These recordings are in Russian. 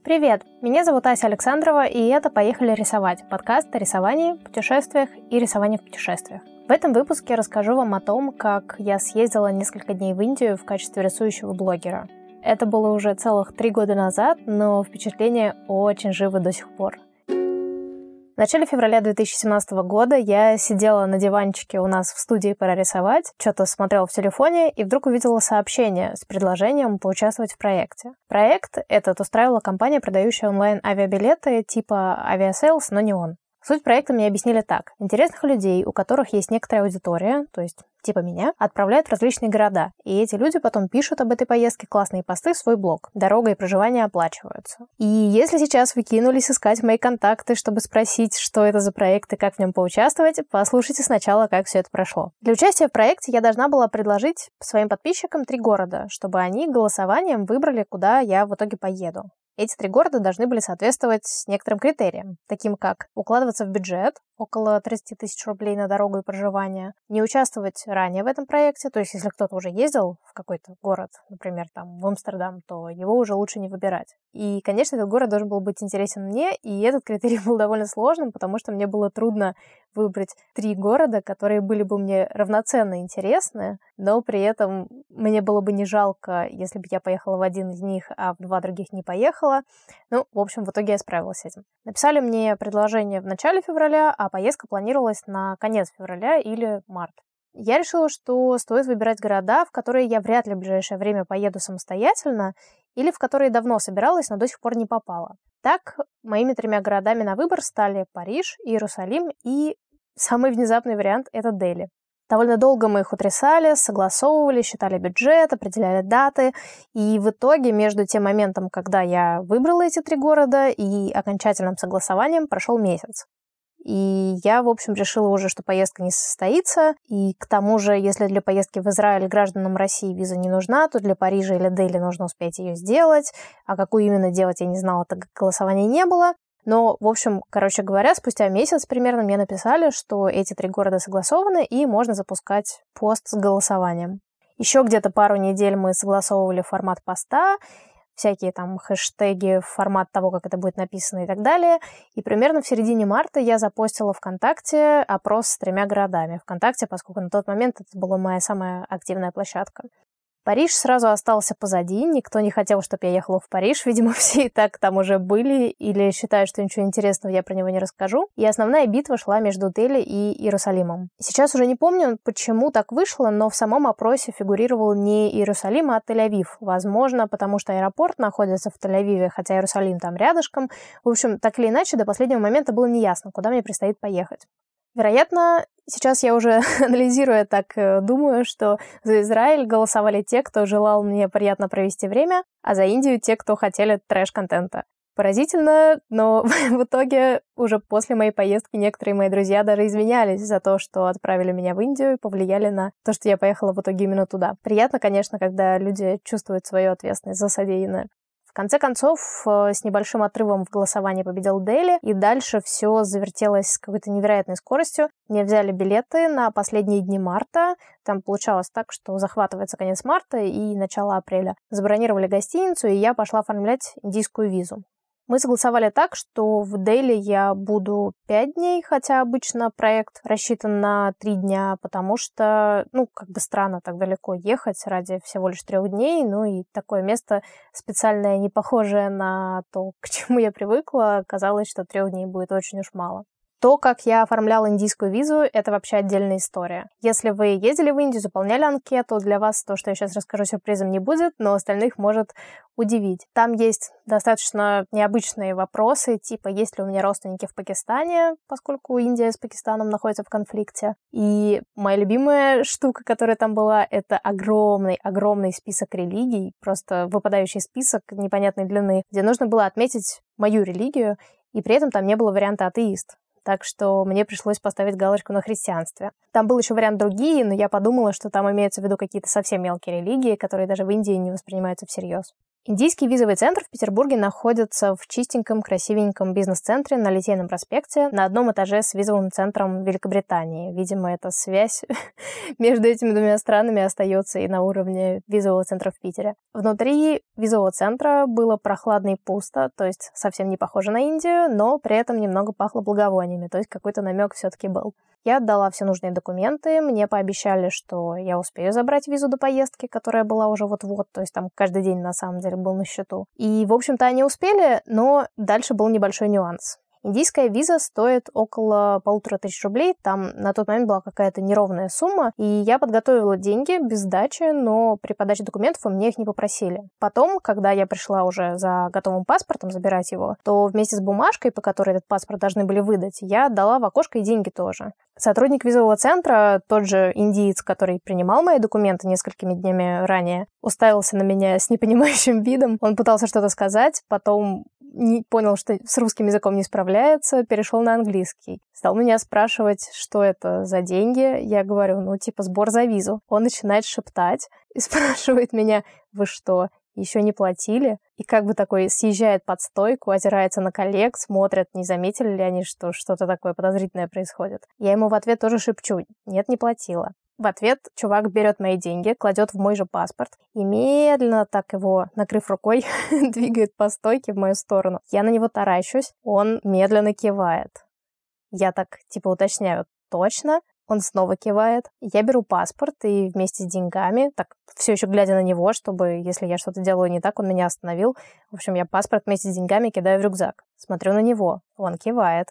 Привет! Меня зовут Ася Александрова, и это «Поехали рисовать» – подкаст о рисовании, путешествиях и рисовании в путешествиях. В этом выпуске я расскажу вам о том, как я съездила несколько дней в Индию в качестве рисующего блогера. Это было уже целых 3 года назад, но впечатления очень живы до сих пор. В начале февраля 2017 года я сидела на диванчике у нас в студии «Пора рисовать», что-то смотрела в телефоне и вдруг увидела сообщение с предложением поучаствовать в проекте. Проект этот устраивала компания, продающая онлайн-авиабилеты типа Aviasales, но не он. Суть проекта мне объяснили так. Интересных людей, у которых есть некоторая аудитория, то есть типа меня, отправляют в различные города, и эти люди потом пишут об этой поездке классные посты в свой блог. Дорога и проживание оплачиваются. И если сейчас вы кинулись искать мои контакты, чтобы спросить, что это за проект и как в нем поучаствовать, послушайте сначала, как все это прошло. Для участия в проекте я должна была предложить своим подписчикам 3 города, чтобы они голосованием выбрали, куда я в итоге поеду. Эти 3 города должны были соответствовать некоторым критериям, таким как укладываться в бюджет, около 30 тысяч рублей на дорогу и проживание, не участвовать ранее в этом проекте, то есть если кто-то уже ездил в какой-то город, например, там в Амстердам, то его уже лучше не выбирать. И, конечно, этот город должен был быть интересен мне, и этот критерий был довольно сложным, потому что мне было трудно выбрать 3 города, которые были бы мне равноценно интересны, но при этом мне было бы не жалко, если бы я поехала в один из них, а в 2 других не поехала. Ну, в общем, в итоге я справилась с этим. Написали мне предложение в начале февраля, а поездка планировалась на конец февраля или март. Я решила, что стоит выбирать города, в которые я вряд ли в ближайшее время поеду самостоятельно, или в которые давно собиралась, но до сих пор не попала. Так, моими 3 городами на выбор стали Париж, Иерусалим и самый внезапный вариант – это Дели. Довольно долго мы их утрясали, согласовывали, считали бюджет, определяли даты, и в итоге между тем моментом, когда я выбрала эти 3 города, и окончательным согласованием прошел месяц. И я, в общем, решила уже, что поездка не состоится, и к тому же, если для поездки в Израиль гражданам России виза не нужна, то для Парижа или Дели нужно успеть ее сделать, а какую именно делать я не знала, так как голосования не было. Но, в общем, короче говоря, спустя месяц примерно мне написали, что эти 3 города согласованы, и можно запускать пост с голосованием. Еще где-то пару недель мы согласовывали формат поста, всякие там хэштеги, формат того, как это будет написано и так далее. И примерно в середине марта я запостила ВКонтакте опрос с 3 городами. ВКонтакте, поскольку на тот момент это была моя самая активная площадка. Париж сразу остался позади, никто не хотел, чтобы я ехала в Париж, видимо, все и так там уже были или считают, что ничего интересного я про него не расскажу. И основная битва шла между Дели и Иерусалимом. Сейчас уже не помню, почему так вышло, но в самом опросе фигурировал не Иерусалим, а Тель-Авив. Возможно, потому что аэропорт находится в Тель-Авиве, хотя Иерусалим там рядышком. В общем, так или иначе, до последнего момента было неясно, куда мне предстоит поехать. Вероятно, сейчас я уже, анализируя так, думаю, что за Израиль голосовали те, кто желал мне приятно провести время, а за Индию те, кто хотели трэш-контента. Поразительно, но в итоге уже после моей поездки некоторые мои друзья даже извинялись за то, что отправили меня в Индию и повлияли на то, что я поехала в итоге именно туда. Приятно, конечно, когда люди чувствуют свою ответственность за содеянное. В конце концов, с небольшим отрывом в голосовании победил Дели, и дальше все завертелось с какой-то невероятной скоростью. Мне взяли билеты на последние дни марта. Там получалось так, что захватывается конец марта и начало апреля. Забронировали гостиницу, и я пошла оформлять индийскую визу. Мы согласовали так, что в Дели я буду 5 дней, хотя обычно проект рассчитан на 3 дня, потому что, странно так далеко ехать ради всего лишь 3 дней, и такое место специальное, не похожее на то, к чему я привыкла, казалось, что 3 дней будет очень уж мало. То, как я оформляла индийскую визу, это вообще отдельная история. Если вы ездили в Индию, заполняли анкету, для вас то, что я сейчас расскажу, сюрпризом не будет, но остальных может удивить. Там есть достаточно необычные вопросы, типа, есть ли у меня родственники в Пакистане, поскольку Индия с Пакистаном находится в конфликте. И моя любимая штука, которая там была, это огромный список религий, просто выпадающий список непонятной длины, где нужно было отметить мою религию, и при этом там не было варианта атеист. Так что мне пришлось поставить галочку на христианстве. Там был еще вариант другие, но я подумала, что там имеются в виду какие-то совсем мелкие религии, которые даже в Индии не воспринимаются всерьез. Индийский визовый центр в Петербурге находится в чистеньком, красивеньком бизнес-центре на Литейном проспекте на одном этаже с визовым центром Великобритании. Видимо, эта связь между этими двумя странами остается и на уровне визового центра в Питере. Внутри визового центра было прохладно и пусто, то есть совсем не похоже на Индию, но при этом немного пахло благовониями, то есть какой-то намек все-таки был. Я отдала все нужные документы, мне пообещали, что я успею забрать визу до поездки, которая была уже вот-вот, то есть там каждый день на самом деле был на счету. И, в общем-то, они успели, но дальше был небольшой нюанс. Индийская виза стоит около 1500 рублей, там на тот момент была какая-то неровная сумма, и я подготовила деньги без сдачи, но при подаче документов у меня их не попросили. Потом, когда я пришла уже за готовым паспортом забирать его, то вместе с бумажкой, по которой этот паспорт должны были выдать, я отдала в окошко и деньги тоже. Сотрудник визового центра, тот же индиец, который принимал мои документы несколькими днями ранее, уставился на меня с непонимающим видом. Он пытался что-то сказать, потом не понял, что с русским языком не справляется, перешел на английский. Стал меня спрашивать, что это за деньги. Я говорю, сбор за визу. Он начинает шептать и спрашивает меня, вы что, еще не платили? И как бы такой съезжает под стойку, озирается на коллег, смотрят, не заметили ли они, что что-то такое подозрительное происходит. Я ему в ответ тоже шепчу, нет, не платила. В ответ чувак берет мои деньги, кладет в мой же паспорт и медленно так его, накрыв рукой, двигает по стойке в мою сторону. Я на него таращусь, он медленно кивает. Я так уточняю, точно? Он снова кивает. Я беру паспорт и вместе с деньгами, так все еще глядя на него, чтобы, если я что-то делаю не так, он меня остановил. В общем, я паспорт вместе с деньгами кидаю в рюкзак. Смотрю на него, он кивает.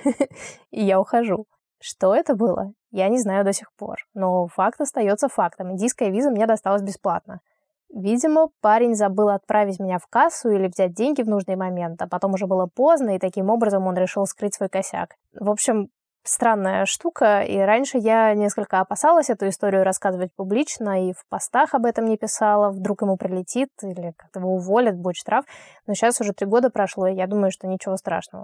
И я ухожу. Что это было? Я не знаю до сих пор. Но факт остается фактом. Индийская виза мне досталась бесплатно. Видимо, парень забыл отправить меня в кассу или взять деньги в нужный момент, а потом уже было поздно, и таким образом он решил скрыть свой косяк. В общем, странная штука, и раньше я несколько опасалась эту историю рассказывать публично, и в постах об этом не писала, вдруг ему прилетит, или как-то его уволят, будет штраф. Но сейчас уже 3 года прошло, и я думаю, что ничего страшного.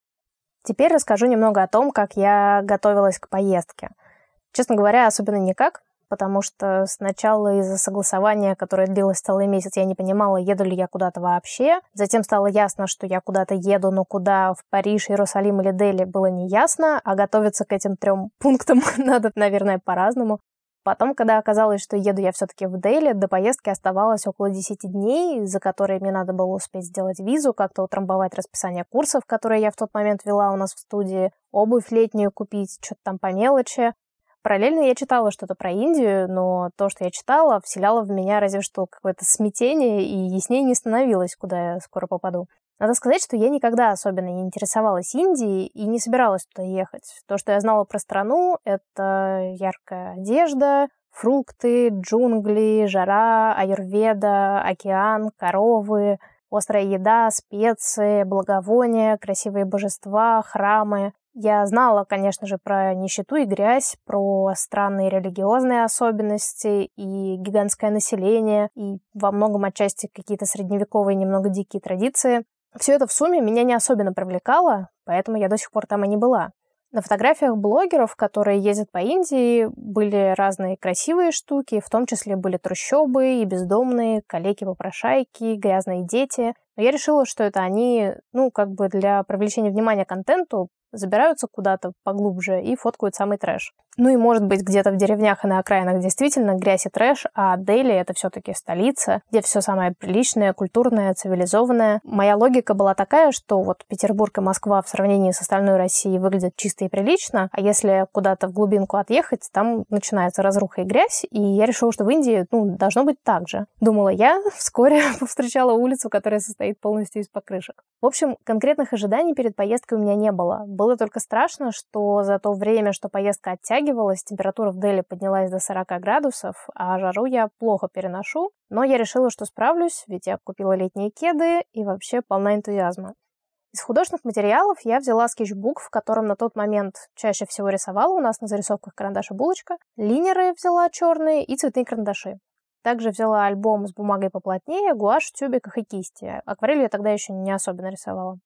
Теперь расскажу немного о том, как я готовилась к поездке. Честно говоря, особенно никак, потому что сначала из-за согласования, которое длилось целый месяц, я не понимала, еду ли я куда-то вообще. Затем стало ясно, что я куда-то еду, но куда, в Париж, Иерусалим или Дели, было неясно, а готовиться к этим 3 пунктам надо, наверное, по-разному. Потом, когда оказалось, что еду я все-таки в Дели, до поездки оставалось около 10 дней, за которые мне надо было успеть сделать визу, как-то утрамбовать расписание курсов, которые я в тот момент вела у нас в студии, обувь летнюю купить, что-то там по мелочи. Параллельно я читала что-то про Индию, но то, что я читала, вселяло в меня разве что какое-то смятение, и яснее не становилось, куда я скоро попаду. Надо сказать, что я никогда особенно не интересовалась Индией и не собиралась туда ехать. То, что я знала про страну, это яркая одежда, фрукты, джунгли, жара, аюрведа, океан, коровы, острая еда, специи, благовония, красивые божества, храмы. Я знала, конечно же, про нищету и грязь, про странные религиозные особенности и гигантское население, и во многом отчасти какие-то средневековые немного дикие традиции. Все это в сумме меня не особенно привлекало, поэтому я до сих пор там и не была. На фотографиях блогеров, которые ездят по Индии, были разные красивые штуки, в том числе были трущобы и бездомные, калеки-попрошайки, грязные дети. Но я решила, что это они, для привлечения внимания к контенту, забираются куда-то поглубже и фоткают самый трэш. И, может быть, где-то в деревнях и на окраинах действительно грязь и трэш, а Дели — это все-таки столица, где все самое приличное, культурное, цивилизованное. Моя логика была такая, что вот Петербург и Москва в сравнении с остальной Россией выглядят чисто и прилично, а если куда-то в глубинку отъехать, там начинается разруха и грязь, и я решила, что в Индии, должно быть так же. Думала я, вскоре повстречала улицу, которая состоит полностью из покрышек. В общем, конкретных ожиданий перед поездкой у меня не было. Было только страшно, что за то время, что поездка оттягивалась, температура в Дели поднялась до 40 градусов, а жару я плохо переношу. Но я решила, что справлюсь, ведь я купила летние кеды и вообще полна энтузиазма. Из художественных материалов я взяла скетчбук, в котором на тот момент чаще всего рисовала, у нас на зарисовках карандаш и булочка. Линеры взяла черные и цветные карандаши. Также взяла альбом с бумагой поплотнее, гуашь в тюбиках и кисти. Акварелью я тогда еще не особенно рисовала.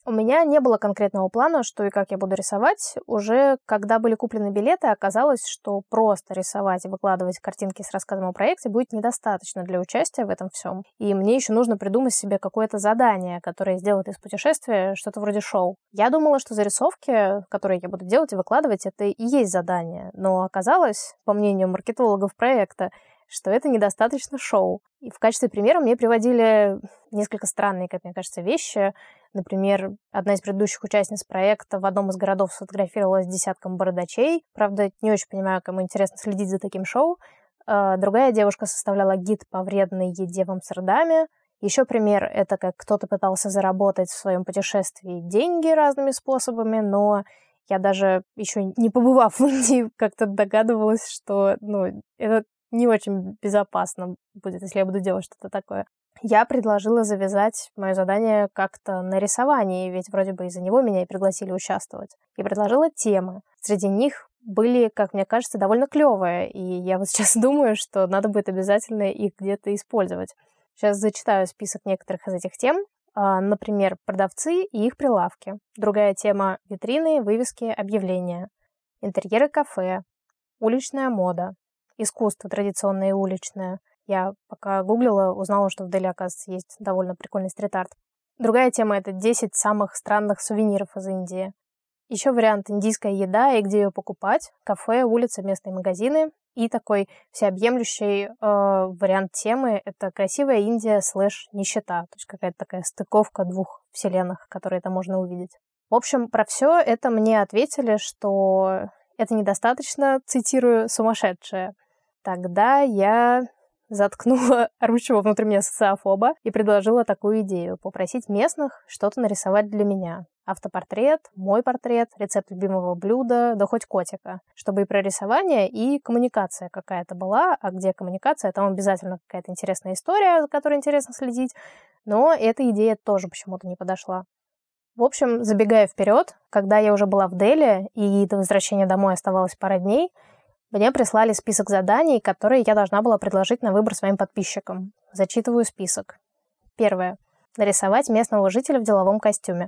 У меня не было конкретного плана, что и как я буду рисовать. Уже когда были куплены билеты, оказалось, что просто рисовать и выкладывать картинки с рассказом о проекте будет недостаточно для участия в этом всем. И мне еще нужно придумать себе какое-то задание, которое сделает из путешествия что-то вроде шоу. Я думала, что зарисовки, которые я буду делать и выкладывать, это и есть задание. Но оказалось, по мнению маркетологов проекта, что это недостаточно шоу. И в качестве примера мне приводили несколько странные, как мне кажется, вещи. Например, одна из предыдущих участниц проекта в одном из городов сфотографировалась с десятком бородачей. Правда, не очень понимаю, кому интересно следить за таким шоу. Другая девушка составляла гид по вредной еде в Амстердаме. Еще пример — это как кто-то пытался заработать в своем путешествии деньги разными способами, но я даже еще не побывав в Индии, как-то догадывалась, что это не очень безопасно будет, если я буду делать что-то такое. Я предложила завязать мое задание как-то на рисовании, ведь вроде бы из-за него меня и пригласили участвовать. И предложила темы. Среди них были, как мне кажется, довольно клевые, и я вот сейчас думаю, что надо будет обязательно их где-то использовать. Сейчас зачитаю список некоторых из этих тем. Например, продавцы и их прилавки. Другая тема — витрины, вывески, объявления. Интерьеры кафе. Уличная мода. Искусство традиционное и уличное. Я пока гуглила, узнала, что в Дели, оказывается, есть довольно прикольный стрит-арт. Другая тема — это 10 самых странных сувениров из Индии. Еще вариант — индийская еда и где ее покупать. Кафе, улицы, местные магазины. И такой всеобъемлющий вариант темы — это красивая Индия / нищета. То есть какая-то такая стыковка двух вселенных, которые там можно увидеть. В общем, про все это мне ответили, что это недостаточно, цитирую, сумасшедшее. Тогда я заткнула орущего внутри меня социофоба и предложила такую идею — попросить местных что-то нарисовать для меня. Автопортрет, мой портрет, рецепт любимого блюда, да хоть котика. Чтобы и про рисование, и коммуникация какая-то была. А где коммуникация, там обязательно какая-то интересная история, за которой интересно следить. Но эта идея тоже почему-то не подошла. В общем, забегая вперед, когда я уже была в Дели и до возвращения домой оставалось пара дней, мне прислали список заданий, которые я должна была предложить на выбор своим подписчикам. Зачитываю список. Первое. Нарисовать местного жителя в деловом костюме.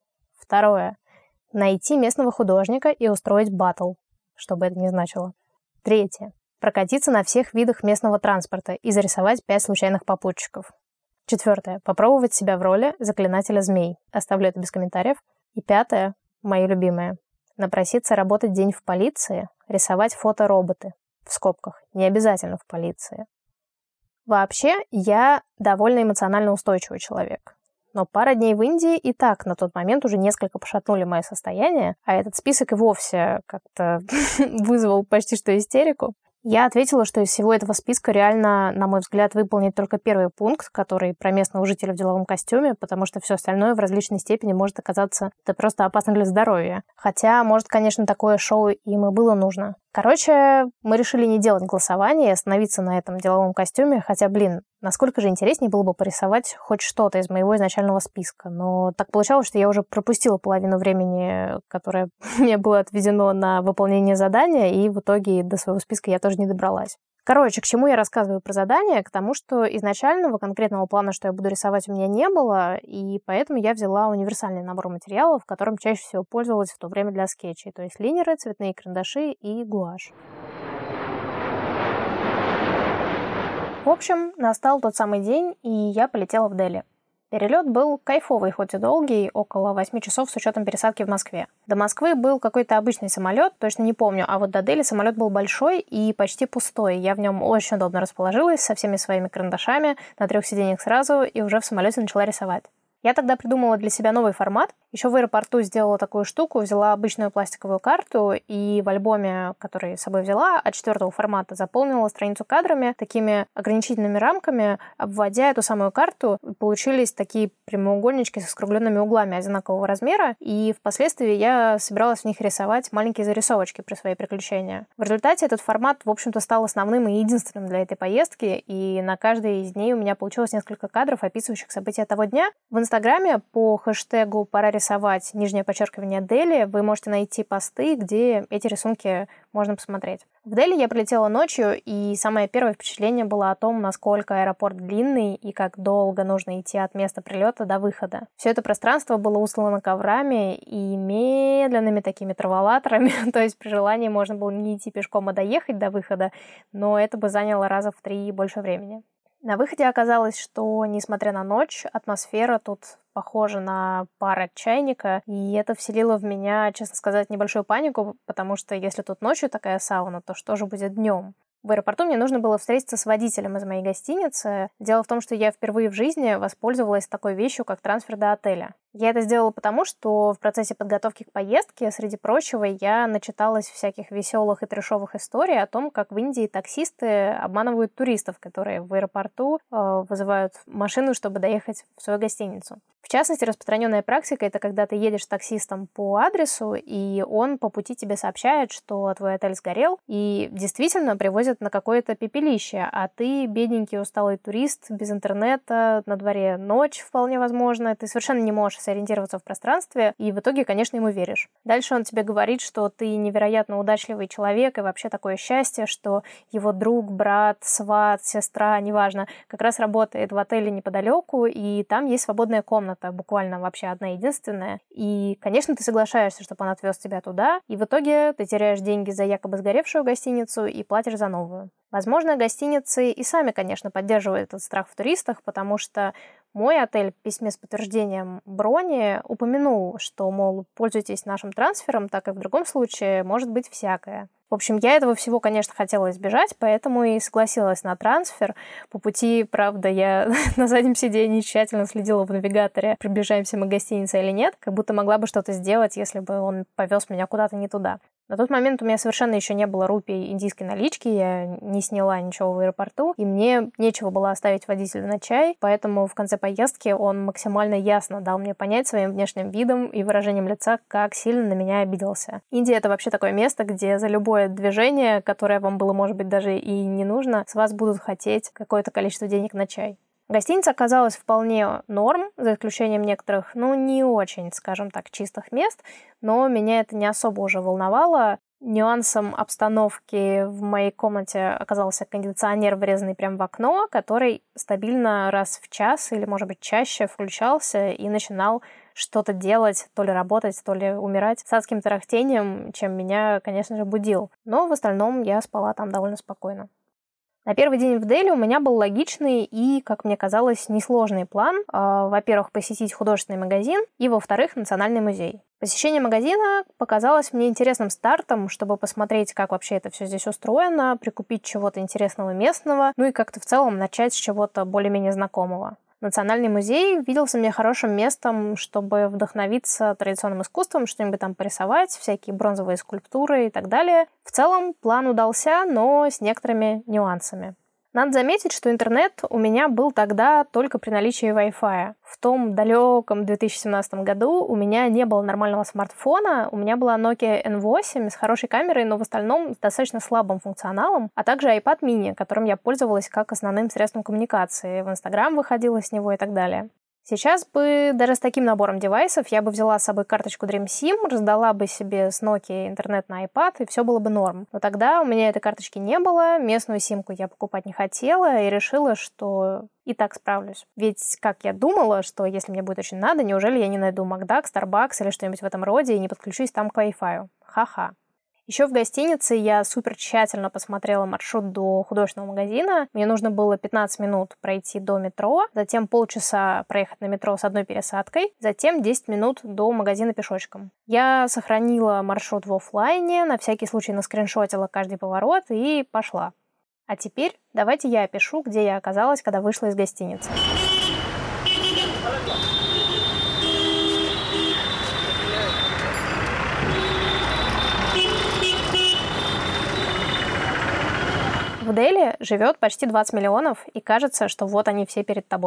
Второе. Найти местного художника и устроить баттл, что бы это ни значило. Третье. Прокатиться на всех видах местного транспорта и зарисовать 5 случайных попутчиков. Четвертое. Попробовать себя в роли заклинателя змей. Оставлю это без комментариев. И пятое. Мое любимое. Напроситься работать день в полиции, рисовать фотороботы. В скобках. Не обязательно в полиции. Вообще, я довольно эмоционально устойчивый человек. Но пара дней в Индии и так на тот момент уже несколько пошатнули мое состояние, а этот список и вовсе как-то вызвал почти что истерику. Я ответила, что из всего этого списка реально, на мой взгляд, выполнить только первый пункт, который про местного жителя в деловом костюме, потому что все остальное в различной степени может оказаться просто опасно для здоровья. Хотя, может, конечно, такое шоу им и было нужно. Короче, мы решили не делать голосование и остановиться на этом деловом костюме, хотя, насколько же интереснее было бы порисовать хоть что-то из моего изначального списка. Но так получалось, что я уже пропустила половину времени, которое мне было отведено на выполнение задания, и в итоге до своего списка я тоже не добралась. Короче, к чему я рассказываю про задание? К тому, что изначального конкретного плана, что я буду рисовать, у меня не было, и поэтому я взяла универсальный набор материалов, которым чаще всего пользовалась в то время для скетчей, то есть линеры, цветные карандаши и гуашь. В общем, настал тот самый день, и я полетела в Дели. Перелет был кайфовый, хоть и долгий, около 8 часов с учетом пересадки в Москве. До Москвы был какой-то обычный самолет, точно не помню, а вот до Дели самолет был большой и почти пустой. Я в нем очень удобно расположилась со всеми своими карандашами на 3 сиденьях сразу и уже в самолете начала рисовать. Я тогда придумала для себя новый формат. Еще в аэропорту сделала такую штуку, взяла обычную пластиковую карту и в альбоме, который с собой взяла, А4 формата, заполнила страницу кадрами, такими ограничительными рамками, обводя эту самую карту. Получились такие прямоугольнички со скругленными углами одинакового размера, и впоследствии я собиралась в них рисовать маленькие зарисовочки при свои приключения. В результате этот формат, в общем-то, стал основным и единственным для этой поездки, и на каждой из дней у меня получилось несколько кадров, описывающих события того дня. В Инстаграме по хэштегу «Пора рисовать», _Дели, вы можете найти посты, где эти рисунки можно посмотреть. В Дели я прилетела ночью, и самое первое впечатление было о том, насколько аэропорт длинный и как долго нужно идти от места прилета до выхода. Все это пространство было устлано коврами и медленными такими траволаторами, то есть при желании можно было не идти пешком, а доехать до выхода, но это бы заняло раза в 3 больше времени. На выходе оказалось, что, несмотря на ночь, атмосфера тут похожа на пар от чайника, и это вселило в меня, честно сказать, небольшую панику, потому что если тут ночью такая сауна, то что же будет днем? В аэропорту мне нужно было встретиться с водителем из моей гостиницы. Дело в том, что я впервые в жизни воспользовалась такой вещью, как трансфер до отеля. Я это сделала потому, что в процессе подготовки к поездке, среди прочего, я начиталась всяких веселых и трешовых историй о том, как в Индии таксисты обманывают туристов, которые в аэропорту вызывают машину, чтобы доехать в свою гостиницу. В частности, распространенная практика — это когда ты едешь с таксистом по адресу, и он по пути тебе сообщает, что твой отель сгорел, и действительно привозят на какое-то пепелище, а ты, бедненький усталый турист, без интернета, на дворе ночь вполне возможно, ты совершенно не можешь сориентироваться в пространстве, и в итоге, конечно, ему веришь. Дальше он тебе говорит, что ты невероятно удачливый человек, и вообще такое счастье, что его друг, брат, сват, сестра, неважно, как раз работает в отеле неподалеку, и там есть свободная комната, буквально вообще одна единственная. И, конечно, ты соглашаешься, чтобы он отвез тебя туда, и в итоге ты теряешь деньги за якобы сгоревшую гостиницу и платишь за новую. Возможно, гостиницы и сами, конечно, поддерживают этот страх в туристах, потому что мой отель в письме с подтверждением брони упомянул, что, мол, пользуйтесь нашим трансфером, так как в другом случае может быть всякое. В общем, я этого всего, конечно, хотела избежать, поэтому и согласилась на трансфер. По пути, правда, я на заднем сиденье тщательно следила в навигаторе, приближаемся мы к гостинице или нет, как будто могла бы что-то сделать, если бы он повез меня куда-то не туда. На тот момент у меня совершенно еще не было рупий индийской налички, я не сняла ничего в аэропорту, и мне нечего было оставить водителю на чай, поэтому в конце поездки он максимально ясно дал мне понять своим внешним видом и выражением лица, как сильно на меня обиделся. Индия — это вообще такое место, где за любое движение, которое вам было, может быть, даже и не нужно, с вас будут хотеть какое-то количество денег на чай. Гостиница оказалась вполне норм, за исключением некоторых, не очень, скажем так, чистых мест, но меня это не особо уже волновало. Нюансом обстановки в моей комнате оказался кондиционер, врезанный прямо в окно, который стабильно раз в час или, может быть, чаще включался и начинал что-то делать, то ли работать, то ли умирать с адским тарахтением, чем меня, конечно же, будил. Но в остальном я спала там довольно спокойно. На первый день в Дели у меня был логичный и, как мне казалось, несложный план. Во-первых, посетить художественный магазин и, во-вторых, Национальный музей. Посещение магазина показалось мне интересным стартом, чтобы посмотреть, как вообще это все здесь устроено, прикупить чего-то интересного местного, и как-то в целом начать с чего-то более-менее знакомого. Национальный музей виделся мне хорошим местом, чтобы вдохновиться традиционным искусством, что-нибудь там порисовать, всякие бронзовые скульптуры и так далее. В целом план удался, но с некоторыми нюансами. Надо заметить, что интернет у меня был тогда только при наличии Wi-Fi. В том далеком 2017 году у меня не было нормального смартфона, у меня была Nokia N8 с хорошей камерой, но в остальном с достаточно слабым функционалом, а также iPad mini, которым я пользовалась как основным средством коммуникации, в Instagram выходила с него и так далее. Сейчас бы даже с таким набором девайсов я бы взяла с собой карточку Dream SIM, раздала бы себе с Nokia интернет на iPad, и все было бы норм. Но тогда у меня этой карточки не было, местную симку я покупать не хотела и решила, что и так справлюсь. Ведь как я думала, что если мне будет очень надо, неужели я не найду Макдак, Starbucks или что-нибудь в этом роде и не подключусь там к Wi-Fi? Ха-ха. Еще в гостинице я супер тщательно посмотрела маршрут до художественного магазина. Мне нужно было 15 минут пройти до метро, затем полчаса проехать на метро с одной пересадкой, затем 10 минут до магазина пешочком. Я сохранила маршрут в офлайне, на всякий случай наскриншотила каждый поворот и пошла. А теперь давайте я опишу, где я оказалась, когда вышла из гостиницы. В Дели живет почти 20 миллионов, и кажется, что вот они все перед тобой.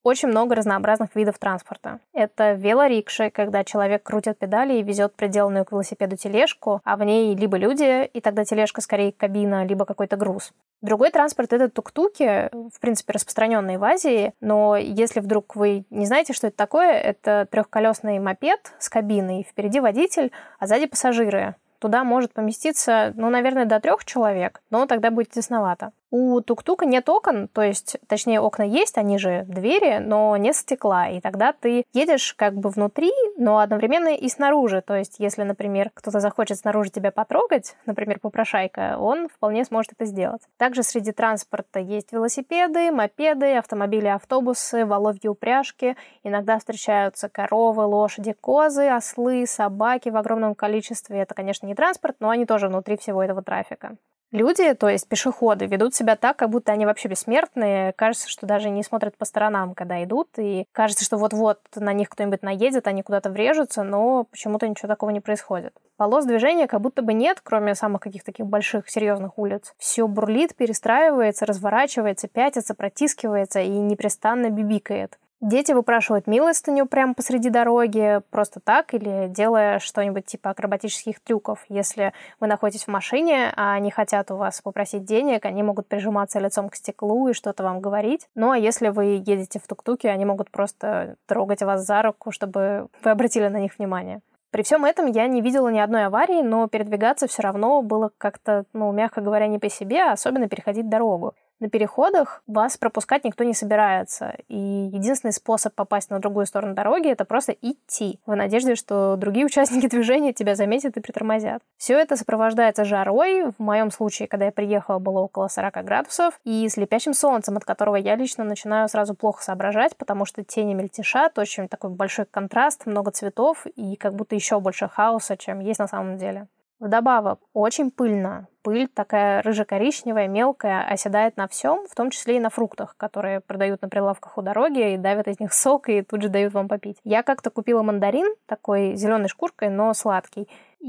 Очень много разнообразных видов транспорта. Это велорикши, когда человек крутит педали и везет приделанную к велосипеду тележку, а в ней либо люди, и тогда тележка скорее кабина, либо какой-то груз. Другой транспорт — это тук-туки, в принципе, распространенные в Азии, но если вдруг вы не знаете, что это такое, это трехколесный мопед с кабиной, впереди водитель, а сзади пассажиры. Туда может поместиться, наверное, до 3 человек, но тогда будет тесновато. У тук-тука нет окон, то есть, точнее, окна есть, они же двери, но нет стекла, и тогда ты едешь как бы внутри, но одновременно и снаружи. То есть, если, например, кто-то захочет снаружи тебя потрогать, например, попрошайка, он вполне сможет это сделать. Также среди транспорта есть велосипеды, мопеды, автомобили, автобусы, воловьи упряжки. Иногда встречаются коровы, лошади, козы, ослы, собаки в огромном количестве. Это, конечно, не транспорт, но они тоже внутри всего этого трафика. Люди, то есть пешеходы, ведут себя так, как будто они вообще бессмертные. Кажется, что даже не смотрят по сторонам, когда идут. И кажется, что вот-вот на них кто-нибудь наедет, они куда-то врежутся, но почему-то ничего такого не происходит. Полос движения как будто бы нет, кроме самых каких-то таких больших, серьезных улиц. Все бурлит, перестраивается, разворачивается, пятится, протискивается и непрестанно бибикает. Дети выпрашивают милостыню прямо посреди дороги, просто так, или делая что-нибудь типа акробатических трюков. Если вы находитесь в машине, а они хотят у вас попросить денег, они могут прижиматься лицом к стеклу и что-то вам говорить. Ну, а если вы едете в тук-туке, они могут просто трогать вас за руку, чтобы вы обратили на них внимание. При всем этом я не видела ни одной аварии, но передвигаться все равно было как-то, мягко говоря, не по себе, особенно переходить дорогу. На переходах вас пропускать никто не собирается, и единственный способ попасть на другую сторону дороги — это просто идти, в надежде, что другие участники движения тебя заметят и притормозят. Все это сопровождается жарой, в моем случае, когда я приехала, было около 40 градусов, и слепящим солнцем, от которого я лично начинаю сразу плохо соображать, потому что тени мельтешат, очень такой большой контраст, много цветов, и как будто еще больше хаоса, чем есть на самом деле. Вдобавок, очень пыльно. Пыль такая рыже-коричневая, мелкая, оседает на всем, в том числе и на фруктах, которые продают на прилавках у дороги, и давят из них сок, и тут же дают вам попить. Я как-то купила мандарин, такой зеленой шкуркой, но сладкий,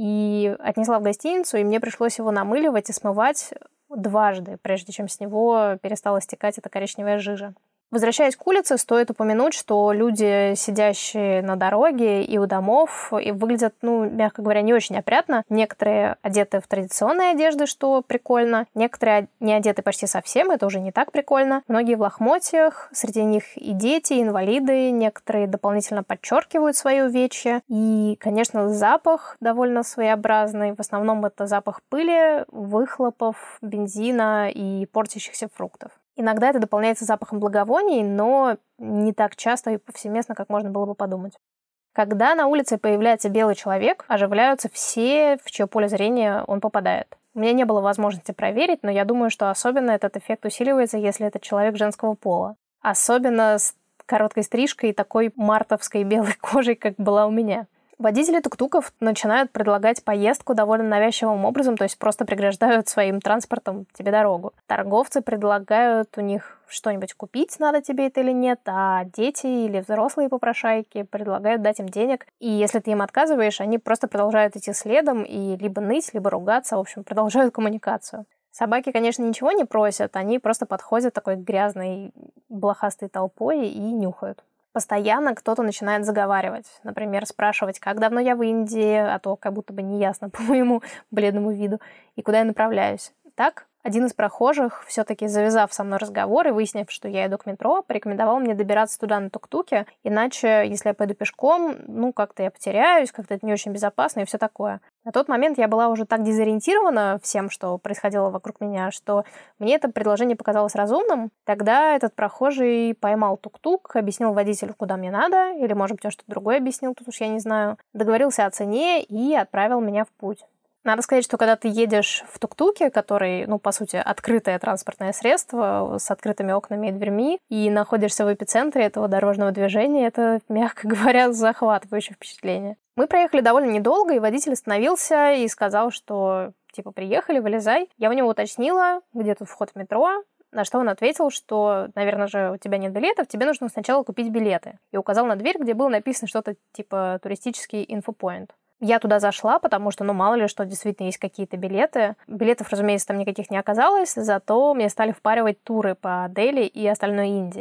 и отнесла в гостиницу, и мне пришлось его намыливать и смывать дважды, прежде чем с него перестала стекать эта коричневая жижа. Возвращаясь к улице, стоит упомянуть, что люди, сидящие на дороге и у домов, и выглядят, мягко говоря, не очень опрятно. Некоторые одеты в традиционные одежды, что прикольно. Некоторые не одеты почти совсем, это уже не так прикольно. Многие в лохмотьях, среди них и дети, и инвалиды. Некоторые дополнительно подчеркивают свои увечья. И, конечно, запах довольно своеобразный. В основном это запах пыли, выхлопов, бензина и портящихся фруктов. Иногда это дополняется запахом благовоний, но не так часто и повсеместно, как можно было бы подумать. Когда на улице появляется белый человек, оживляются все, в чье поле зрения он попадает. У меня не было возможности проверить, но я думаю, что особенно этот эффект усиливается, если это человек женского пола. Особенно с короткой стрижкой и такой мартовской белой кожей, как была у меня. Водители тук-туков начинают предлагать поездку довольно навязчивым образом, то есть просто преграждают своим транспортом тебе дорогу. Торговцы предлагают у них что-нибудь купить, надо тебе это или нет, а дети или взрослые попрошайки предлагают дать им денег. И если ты им отказываешь, они просто продолжают идти следом и либо ныть, либо ругаться, в общем, продолжают коммуникацию. Собаки, конечно, ничего не просят, они просто подходят такой грязной, блохастой толпой и нюхают. Постоянно кто-то начинает заговаривать. Например, спрашивать, как давно я в Индии, а то как будто бы неясно по моему бледному виду, и куда я направляюсь. Так, один из прохожих, все-таки завязав со мной разговор и выяснив, что я иду к метро, порекомендовал мне добираться туда на тук-туке, иначе, если я пойду пешком, как-то я потеряюсь, как-то это не очень безопасно и все такое. На тот момент я была уже так дезориентирована всем, что происходило вокруг меня, что мне это предложение показалось разумным. Тогда этот прохожий поймал тук-тук, объяснил водителю, куда мне надо, или, может быть, он что-то другое объяснил, тут уж я не знаю, договорился о цене и отправил меня в путь. Надо сказать, что когда ты едешь в тук-туке, который, по сути, открытое транспортное средство с открытыми окнами и дверьми, и находишься в эпицентре этого дорожного движения, это, мягко говоря, захватывающее впечатление. Мы проехали довольно недолго, и водитель остановился и сказал, что, приехали, вылезай. Я у него уточнила, где тут вход в метро, на что он ответил, что, наверное же, у тебя нет билетов, тебе нужно сначала купить билеты. И указал на дверь, где было написано что-то типа «туристический инфопоинт». Я туда зашла, потому что, мало ли, что действительно есть какие-то билеты. Билетов, разумеется, там никаких не оказалось, зато мне стали впаривать туры по Дели и остальной Индии.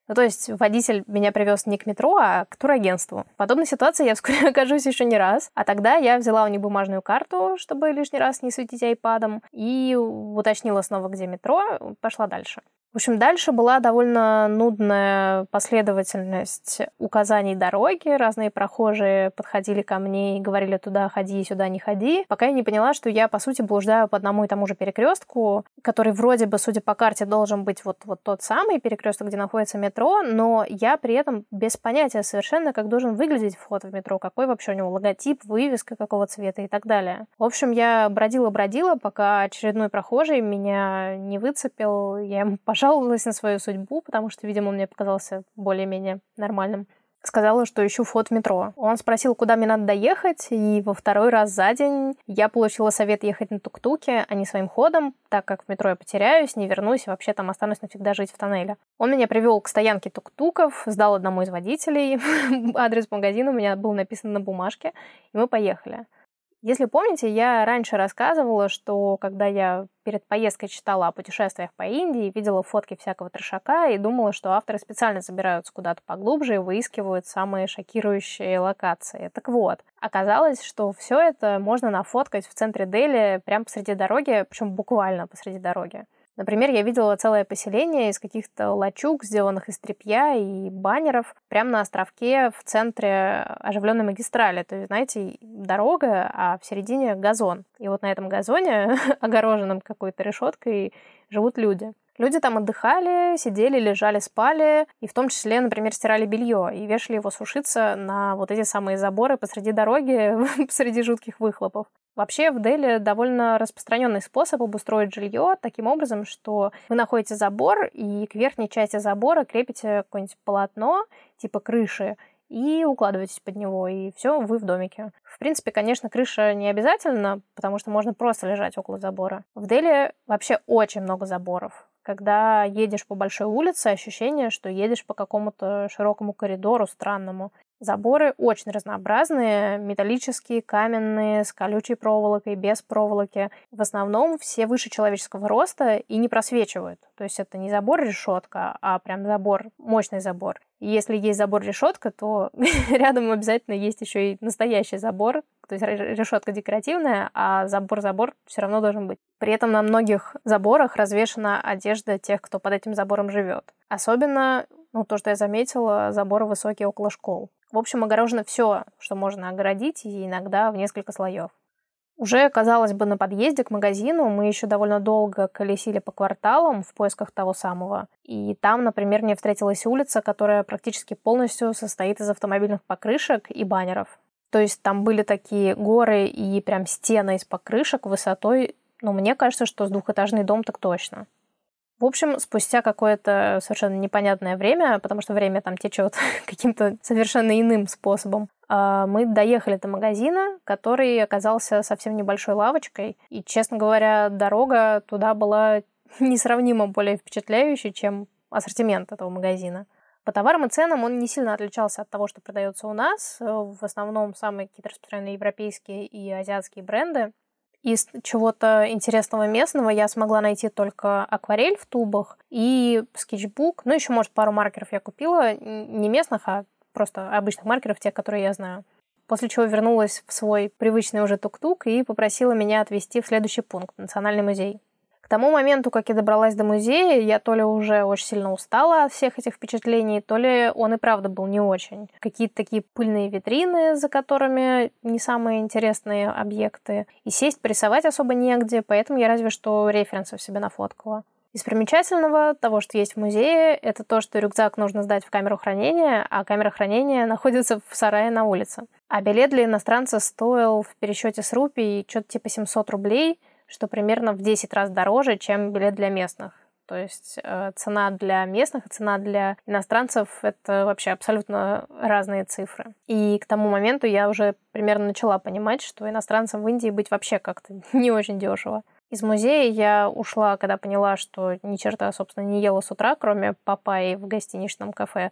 Ну, то есть водитель меня привез не к метро, а к турагентству. В подобной ситуации я вскоре окажусь еще не раз. А тогда я взяла у них бумажную карту, чтобы лишний раз не светить айпадом, и уточнила снова, где метро, пошла дальше. В общем, дальше была довольно нудная последовательность указаний дороги. Разные прохожие подходили ко мне и говорили: туда ходи, сюда не ходи. Пока я не поняла, что я, по сути, блуждаю по одному и тому же перекрестку, который вроде бы, судя по карте, должен быть вот тот самый перекресток, где находится метро, но я при этом без понятия совершенно, как должен выглядеть вход в метро, какой вообще у него логотип, вывеска какого цвета и так далее. В общем, я бродила, пока очередной прохожий меня не выцепил. Я ему пожаловалась на свою судьбу, потому что, видимо, он мне показался более-менее нормальным. Сказала, что ищу вход в метро. Он спросил, куда мне надо доехать, и во второй раз за день я получила совет ехать на тук-туке, а не своим ходом, так как в метро я потеряюсь, не вернусь и вообще там останусь навсегда жить в тоннеле. Он меня привел к стоянке тук-туков, сдал одному из водителей. Адрес магазина у меня был написан на бумажке, и мы поехали. Если помните, я раньше рассказывала, что когда я перед поездкой читала о путешествиях по Индии, видела фотки всякого трешака и думала, что авторы специально забираются куда-то поглубже и выискивают самые шокирующие локации. Так вот, оказалось, что все это можно нафоткать в центре Дели прямо посреди дороги, причем буквально посреди дороги. Например, я видела целое поселение из каких-то лачуг, сделанных из тряпья и баннеров, прямо на островке в центре оживленной магистрали. То есть, знаете, дорога, а в середине газон. И вот на этом газоне, огороженном какой-то решеткой, живут люди. Люди там отдыхали, сидели, лежали, спали, и в том числе, например, стирали белье и вешали его сушиться на вот эти самые заборы посреди дороги, посреди жутких выхлопов. Вообще в Дели довольно распространенный способ обустроить жилье таким образом, что вы находите забор и к верхней части забора крепите какое-нибудь полотно типа крыши и укладываетесь под него, и все, вы в домике. В принципе, конечно, крыша не обязательно, потому что можно просто лежать около забора. В Дели вообще очень много заборов. Когда едешь по большой улице, ощущение, что едешь по какому-то широкому коридору странному. Заборы очень разнообразные, металлические, каменные, с колючей проволокой, без проволоки. В основном все выше человеческого роста и не просвечивают. То есть это не забор-решетка, а прям забор, мощный забор. И если есть забор-решетка, то рядом обязательно есть еще и настоящий забор. То есть решетка декоративная, а забор все равно должен быть. При этом на многих заборах развешана одежда тех, кто под этим забором живет. Особенно, то, что я заметила, заборы высокие около школ. В общем, огорожено все, что можно огородить, и иногда в несколько слоев. Уже, казалось бы, на подъезде к магазину мы еще довольно долго колесили по кварталам в поисках того самого. И там, например, мне встретилась улица, которая практически полностью состоит из автомобильных покрышек и баннеров. То есть там были такие горы и прям стены из покрышек высотой, мне кажется, что с двухэтажный дом так точно. В общем, спустя какое-то совершенно непонятное время, потому что время там течет каким-то совершенно иным способом, мы доехали до магазина, который оказался совсем небольшой лавочкой. И, честно говоря, дорога туда была несравнимо более впечатляющей, чем ассортимент этого магазина. По товарам и ценам он не сильно отличался от того, что продается у нас. В основном самые какие-то распространенные европейские и азиатские бренды. Из чего-то интересного местного я смогла найти только акварель в тубах и скетчбук. Еще, может, пару маркеров я купила. Не местных, а просто обычных маркеров, тех, которые я знаю. После чего вернулась в свой привычный уже тук-тук и попросила меня отвезти в следующий пункт – Национальный музей. К тому моменту, как я добралась до музея, я то ли уже очень сильно устала от всех этих впечатлений, то ли он и правда был не очень. Какие-то такие пыльные витрины, за которыми не самые интересные объекты. И сесть, порисовать особо негде, поэтому я разве что референсов себе нафоткала. Из примечательного того, что есть в музее, это то, что рюкзак нужно сдать в камеру хранения, а камера хранения находится в сарае на улице. А билет для иностранца стоил в пересчете с рупий что-то типа 700 рублей, что примерно в 10 раз дороже, чем билет для местных. То есть цена для местных и цена для иностранцев — это вообще абсолютно разные цифры. И к тому моменту я уже примерно начала понимать, что иностранцам в Индии быть вообще как-то не очень дешево. Из музея я ушла, когда поняла, что ни черта, собственно, не ела с утра, кроме папайи в гостиничном кафе,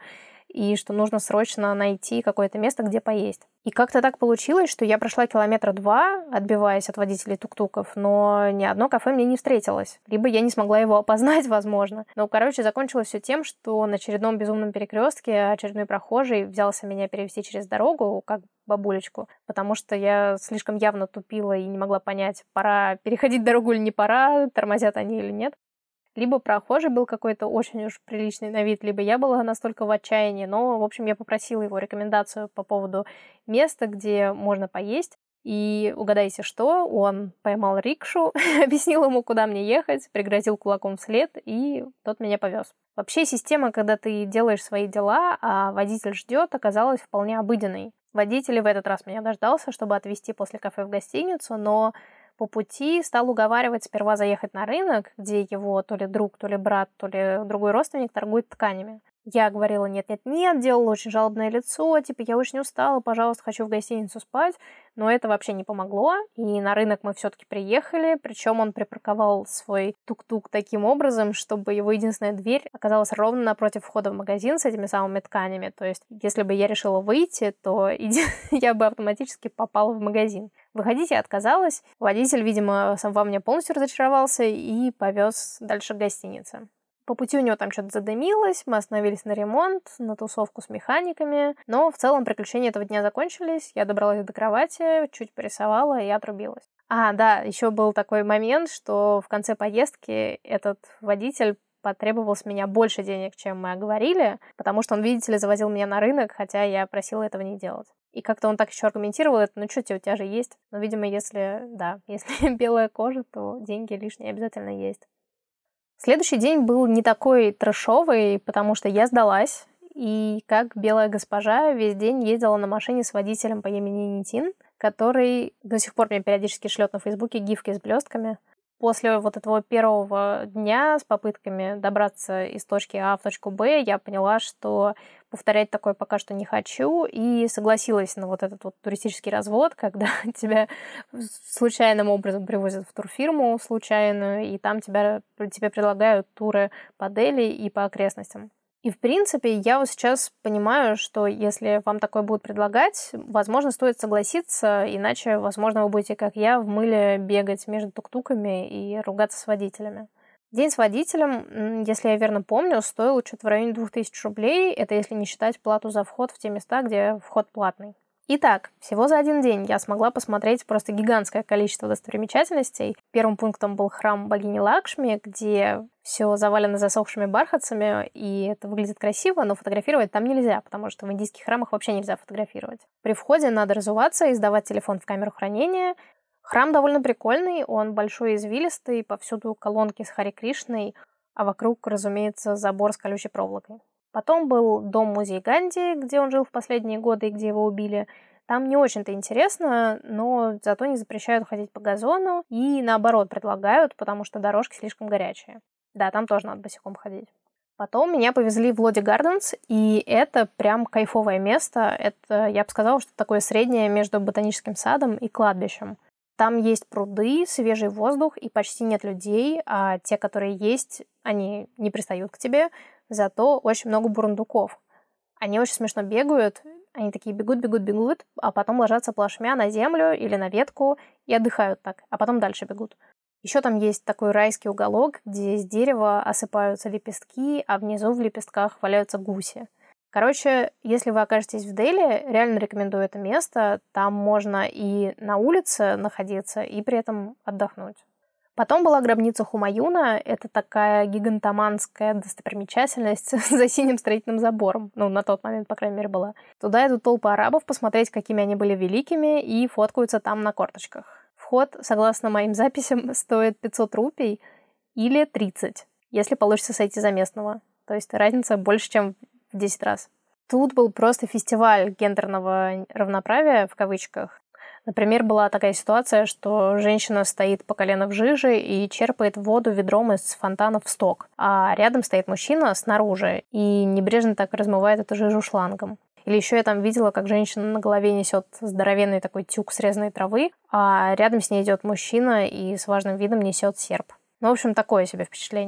и что нужно срочно найти какое-то место, где поесть. И как-то так получилось, что я прошла 2 километра, отбиваясь от водителей тук-туков, но ни одно кафе мне не встретилось. Либо я не смогла его опознать, возможно. Но, закончилось все тем, что на очередном безумном перекрестке очередной прохожий взялся меня перевести через дорогу, как бабулечку, потому что я слишком явно тупила и не могла понять, пора переходить дорогу или не пора, тормозят они или нет. Либо прохожий был какой-то очень уж приличный на вид, либо я была настолько в отчаянии. Но, в общем, я попросила его рекомендацию по поводу места, где можно поесть. И угадайте что, он поймал рикшу, объяснил ему, куда мне ехать, пригрозил кулаком вслед, и тот меня повез. Вообще система, когда ты делаешь свои дела, а водитель ждет, оказалась вполне обыденной. Водитель в этот раз меня дождался, чтобы отвезти после кафе в гостиницу, но по пути стал уговаривать сперва заехать на рынок, где его то ли друг, то ли брат, то ли другой родственник торгует тканями. Я говорила нет-нет-нет, делала очень жалобное лицо, я очень устала, пожалуйста, хочу в гостиницу спать. Но это вообще не помогло, и на рынок мы все-таки приехали, причем он припарковал свой тук-тук таким образом, чтобы его единственная дверь оказалась ровно напротив входа в магазин с этими самыми тканями. То есть, если бы я решила выйти, то я бы автоматически попала в магазин. Выходить я отказалась. Водитель, видимо, сам во мне полностью разочаровался и повез дальше к гостинице. По пути у него там что-то задымилось, мы остановились на ремонт, на тусовку с механиками, но в целом приключения этого дня закончились, я добралась до кровати, чуть порисовала и отрубилась. Да, еще был такой момент, что в конце поездки этот водитель потребовал с меня больше денег, чем мы оговорили, потому что он, видите ли, завозил меня на рынок, хотя я просила этого не делать. И как-то он так еще аргументировал это, у тебя же есть. Но, видимо, если белая кожа, то деньги лишние обязательно есть. Следующий день был не такой трэшовый, потому что я сдалась, и как белая госпожа весь день ездила на машине с водителем по имени Нитин, который до сих пор мне периодически шлет на Фейсбуке гифки с блестками. После этого первого дня с попытками добраться из точки А в точку Б, я поняла, что повторять такое пока что не хочу, и согласилась на этот туристический развод, когда тебя случайным образом привозят в турфирму случайную, и там тебе предлагают туры по Дели и по окрестностям. И, в принципе, я сейчас понимаю, что если вам такое будут предлагать, возможно, стоит согласиться, иначе, возможно, вы будете, как я, в мыле бегать между тук-туками и ругаться с водителями. День с водителем, если я верно помню, стоил что-то в районе 2000 рублей. Это если не считать плату за вход в те места, где вход платный. Итак, всего за один день я смогла посмотреть просто гигантское количество достопримечательностей. Первым пунктом был храм богини Лакшми, где все завалено засохшими бархатцами, и это выглядит красиво, но фотографировать там нельзя, потому что в индийских храмах вообще нельзя фотографировать. При входе надо разуваться и сдавать телефон в камеру хранения. Храм довольно прикольный, он большой и извилистый, повсюду колонки с Харе Кришной, а вокруг, разумеется, забор с колючей проволокой. Потом был дом-музей Ганди, где он жил в последние годы и где его убили. Там не очень-то интересно, но зато не запрещают ходить по газону и, наоборот, предлагают, потому что дорожки слишком горячие. Да, там тоже надо босиком ходить. Потом меня повезли в Лоди Гарденс, и это прям кайфовое место. Это, я бы сказала, что такое среднее между ботаническим садом и кладбищем. Там есть пруды, свежий воздух и почти нет людей, а те, которые есть, они не пристают к тебе, зато очень много бурундуков. Они очень смешно бегают, они такие бегут, а потом ложатся плашмя на землю или на ветку и отдыхают так, а потом дальше бегут. Еще там есть такой райский уголок, где с дерева осыпаются лепестки, а внизу в лепестках валяются гуси. Короче, если вы окажетесь в Дели, реально рекомендую это место. Там можно и на улице находиться, и при этом отдохнуть. Потом была гробница Хумаюна. Это такая гигантоманская достопримечательность за синим строительным забором. На тот момент, по крайней мере, была. Туда идут толпы арабов посмотреть, какими они были великими, и фоткаются там на корточках. Вход, согласно моим записям, стоит 500 рупий или 30, если получится сойти за местного. То есть разница больше, чем в 10 раз. Тут был просто фестиваль гендерного равноправия, в кавычках. Например, была такая ситуация, что женщина стоит по колено в жиже и черпает воду ведром из фонтана в сток, а рядом стоит мужчина снаружи и небрежно так размывает эту жижу шлангом. Или еще я там видела, как женщина на голове несет здоровенный такой тюк срезанной травы, а рядом с ней идет мужчина и с важным видом несет серп. В общем, такое себе впечатление.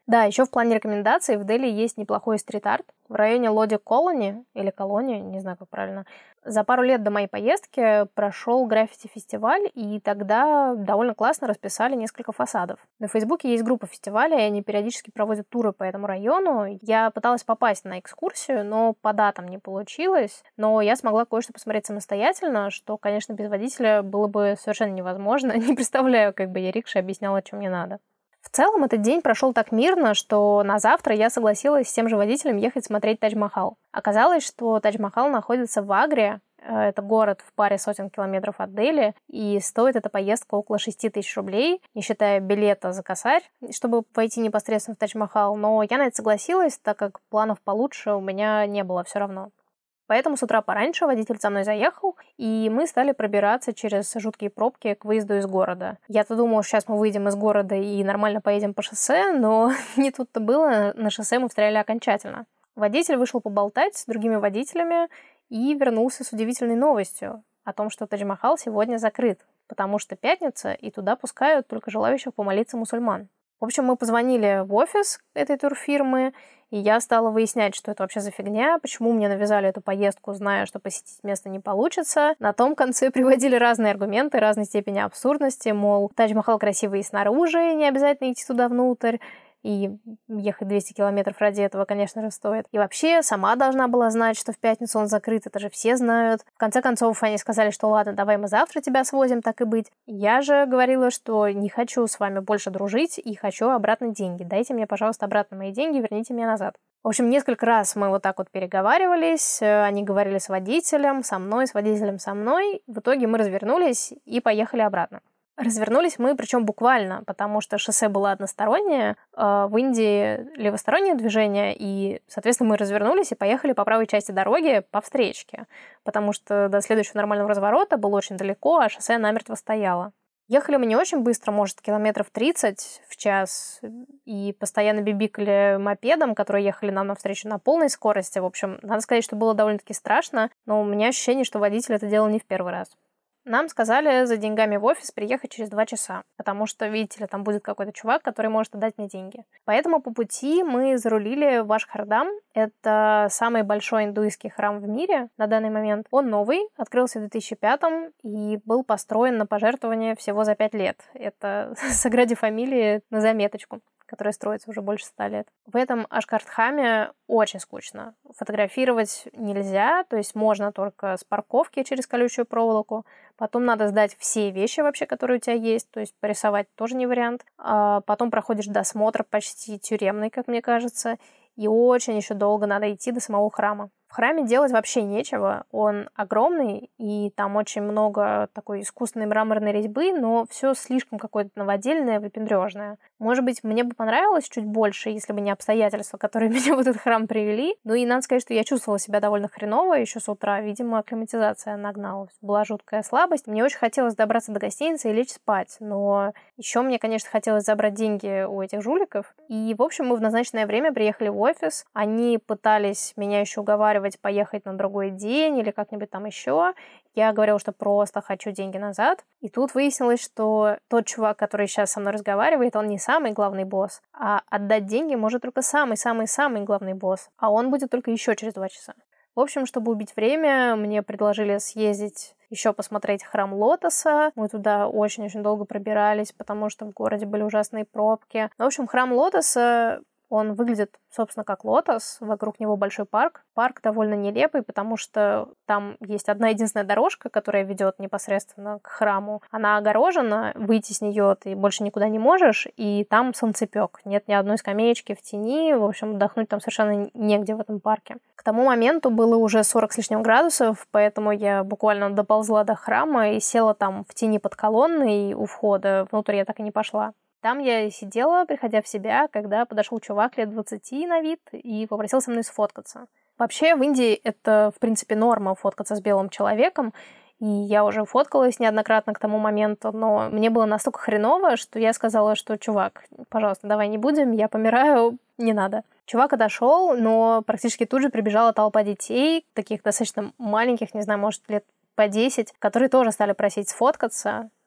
Да, еще в плане рекомендаций в Дели есть неплохой стрит-арт. В районе Лоди Колони, или Колония, не знаю, как правильно, за пару лет до моей поездки прошел граффити-фестиваль, и тогда довольно классно расписали несколько фасадов. На Фейсбуке есть группа фестиваля, и они периодически проводят туры по этому району. Я пыталась попасть на экскурсию, но по датам не получилось. Но я смогла кое-что посмотреть самостоятельно, что, конечно, без водителя было бы совершенно невозможно. Не представляю, как бы я рикше объясняла, что мне надо. В целом, этот день прошел так мирно, что на завтра я согласилась с тем же водителем ехать смотреть Тадж-Махал. Оказалось, что Тадж-Махал находится в Агре, это город в паре сотен километров от Дели, и стоит эта поездка около 6 тысяч рублей, не считая билета за косарь, чтобы пойти непосредственно в Тадж-Махал. Но я на это согласилась, так как планов получше у меня не было все равно. Поэтому с утра пораньше водитель за мной заехал, и мы стали пробираться через жуткие пробки к выезду из города. Я-то думала, сейчас мы выйдем из города и нормально поедем по шоссе, но не тут-то было, на шоссе мы встряли окончательно. Водитель вышел поболтать с другими водителями и вернулся с удивительной новостью о том, что Тадж-Махал сегодня закрыт, потому что пятница, и туда пускают только желающих помолиться мусульман. В общем, мы позвонили в офис этой турфирмы, и я стала выяснять, что это вообще за фигня, почему мне навязали эту поездку, зная, что посетить место не получится. На том конце приводили разные аргументы, разной степени абсурдности, мол, Тадж-Махал красивый и снаружи, не обязательно идти туда внутрь, и ехать 200 километров ради этого, конечно же, стоит. И вообще, сама должна была знать, что в пятницу он закрыт, это же все знают. В конце концов, они сказали, что ладно, давай мы завтра тебя свозим, так и быть. Я же говорила, что не хочу с вами больше дружить и хочу обратно деньги. Дайте мне, пожалуйста, обратно мои деньги, верните меня назад. В общем, несколько раз мы вот так вот переговаривались, они говорили с водителем, со мной, с водителем со мной. В итоге мы развернулись и поехали обратно. Развернулись мы, причем буквально, потому что шоссе было одностороннее, в Индии левостороннее движение, и, соответственно, мы развернулись и поехали по правой части дороги по встречке, потому что до следующего нормального разворота было очень далеко, а шоссе намертво стояло. Ехали мы не очень быстро, может, километров 30 в час, и постоянно бибикали мопедом, которые ехали нам навстречу на полной скорости. В общем, надо сказать, что было довольно-таки страшно, но у меня ощущение, что водитель это делал не в первый раз. Нам сказали за деньгами в офис приехать через 2 часа, потому что, видите ли, там будет какой-то чувак, который может отдать мне деньги. Поэтому по пути мы зарулили в Ашхардам. Это самый большой индуистский храм в мире на данный момент. Он новый, открылся в 2005-м и был построен на пожертвование всего за 5 лет. Это Сагради Фамилии на заметочку, которая строится уже больше 100 лет. В этом Ашхардхаме очень скучно. Фотографировать нельзя, то есть можно только с парковки через колючую проволоку. Потом надо сдать все вещи вообще, которые у тебя есть, то есть порисовать тоже не вариант. Потом проходишь досмотр почти тюремный, как мне кажется, и очень еще долго надо идти до самого храма. В храме делать вообще нечего, он огромный, и там очень много такой искусственной мраморной резьбы, но все слишком какое-то новодельное, выпендрежное. Может быть, мне бы понравилось чуть больше, если бы не обстоятельства, которые меня в этот храм привели. Ну и надо сказать, что я чувствовала себя довольно хреново еще с утра, видимо, акклиматизация нагнала. Была жуткая слабость. Мне очень хотелось добраться до гостиницы и лечь спать, но еще мне, конечно, хотелось забрать деньги у этих жуликов. И, в общем, мы в назначенное время приехали в офис. Они пытались меня еще уговаривать поехать на другой день или как-нибудь там еще. Я говорила, что просто хочу деньги назад. И тут выяснилось, что тот чувак, который сейчас со мной разговаривает, он не самый главный босс, а отдать деньги может только самый-самый-самый главный босс. А он будет только еще через 2 часа. В общем, чтобы убить время, мне предложили съездить еще посмотреть храм Лотоса. Мы туда очень-очень долго пробирались, потому что в городе были ужасные пробки. В общем, храм Лотоса, он выглядит, собственно, как лотос. Вокруг него большой парк. Парк довольно нелепый, потому что там есть одна единственная дорожка, которая ведет непосредственно к храму. Она огорожена, выйти с нее ты больше никуда не можешь, и там солнцепек. Нет ни одной скамеечки в тени. В общем, отдохнуть там совершенно негде в этом парке. К тому моменту было уже 40 с лишним градусов, поэтому я буквально доползла до храма и села там в тени под колонной у входа. Внутрь я так и не пошла. Там я сидела, приходя в себя, когда подошел чувак лет 20 на вид и попросил со мной сфоткаться. Вообще в Индии это, в принципе, норма фоткаться с белым человеком, и я уже фоткалась неоднократно к тому моменту, но мне было настолько хреново, что я сказала, что чувак, пожалуйста, давай не будем, я помираю, не надо. Чувак отошел, но практически тут же прибежала толпа детей, таких достаточно маленьких, не знаю, может, лет по 10, которые тоже стали просить сфоткаться.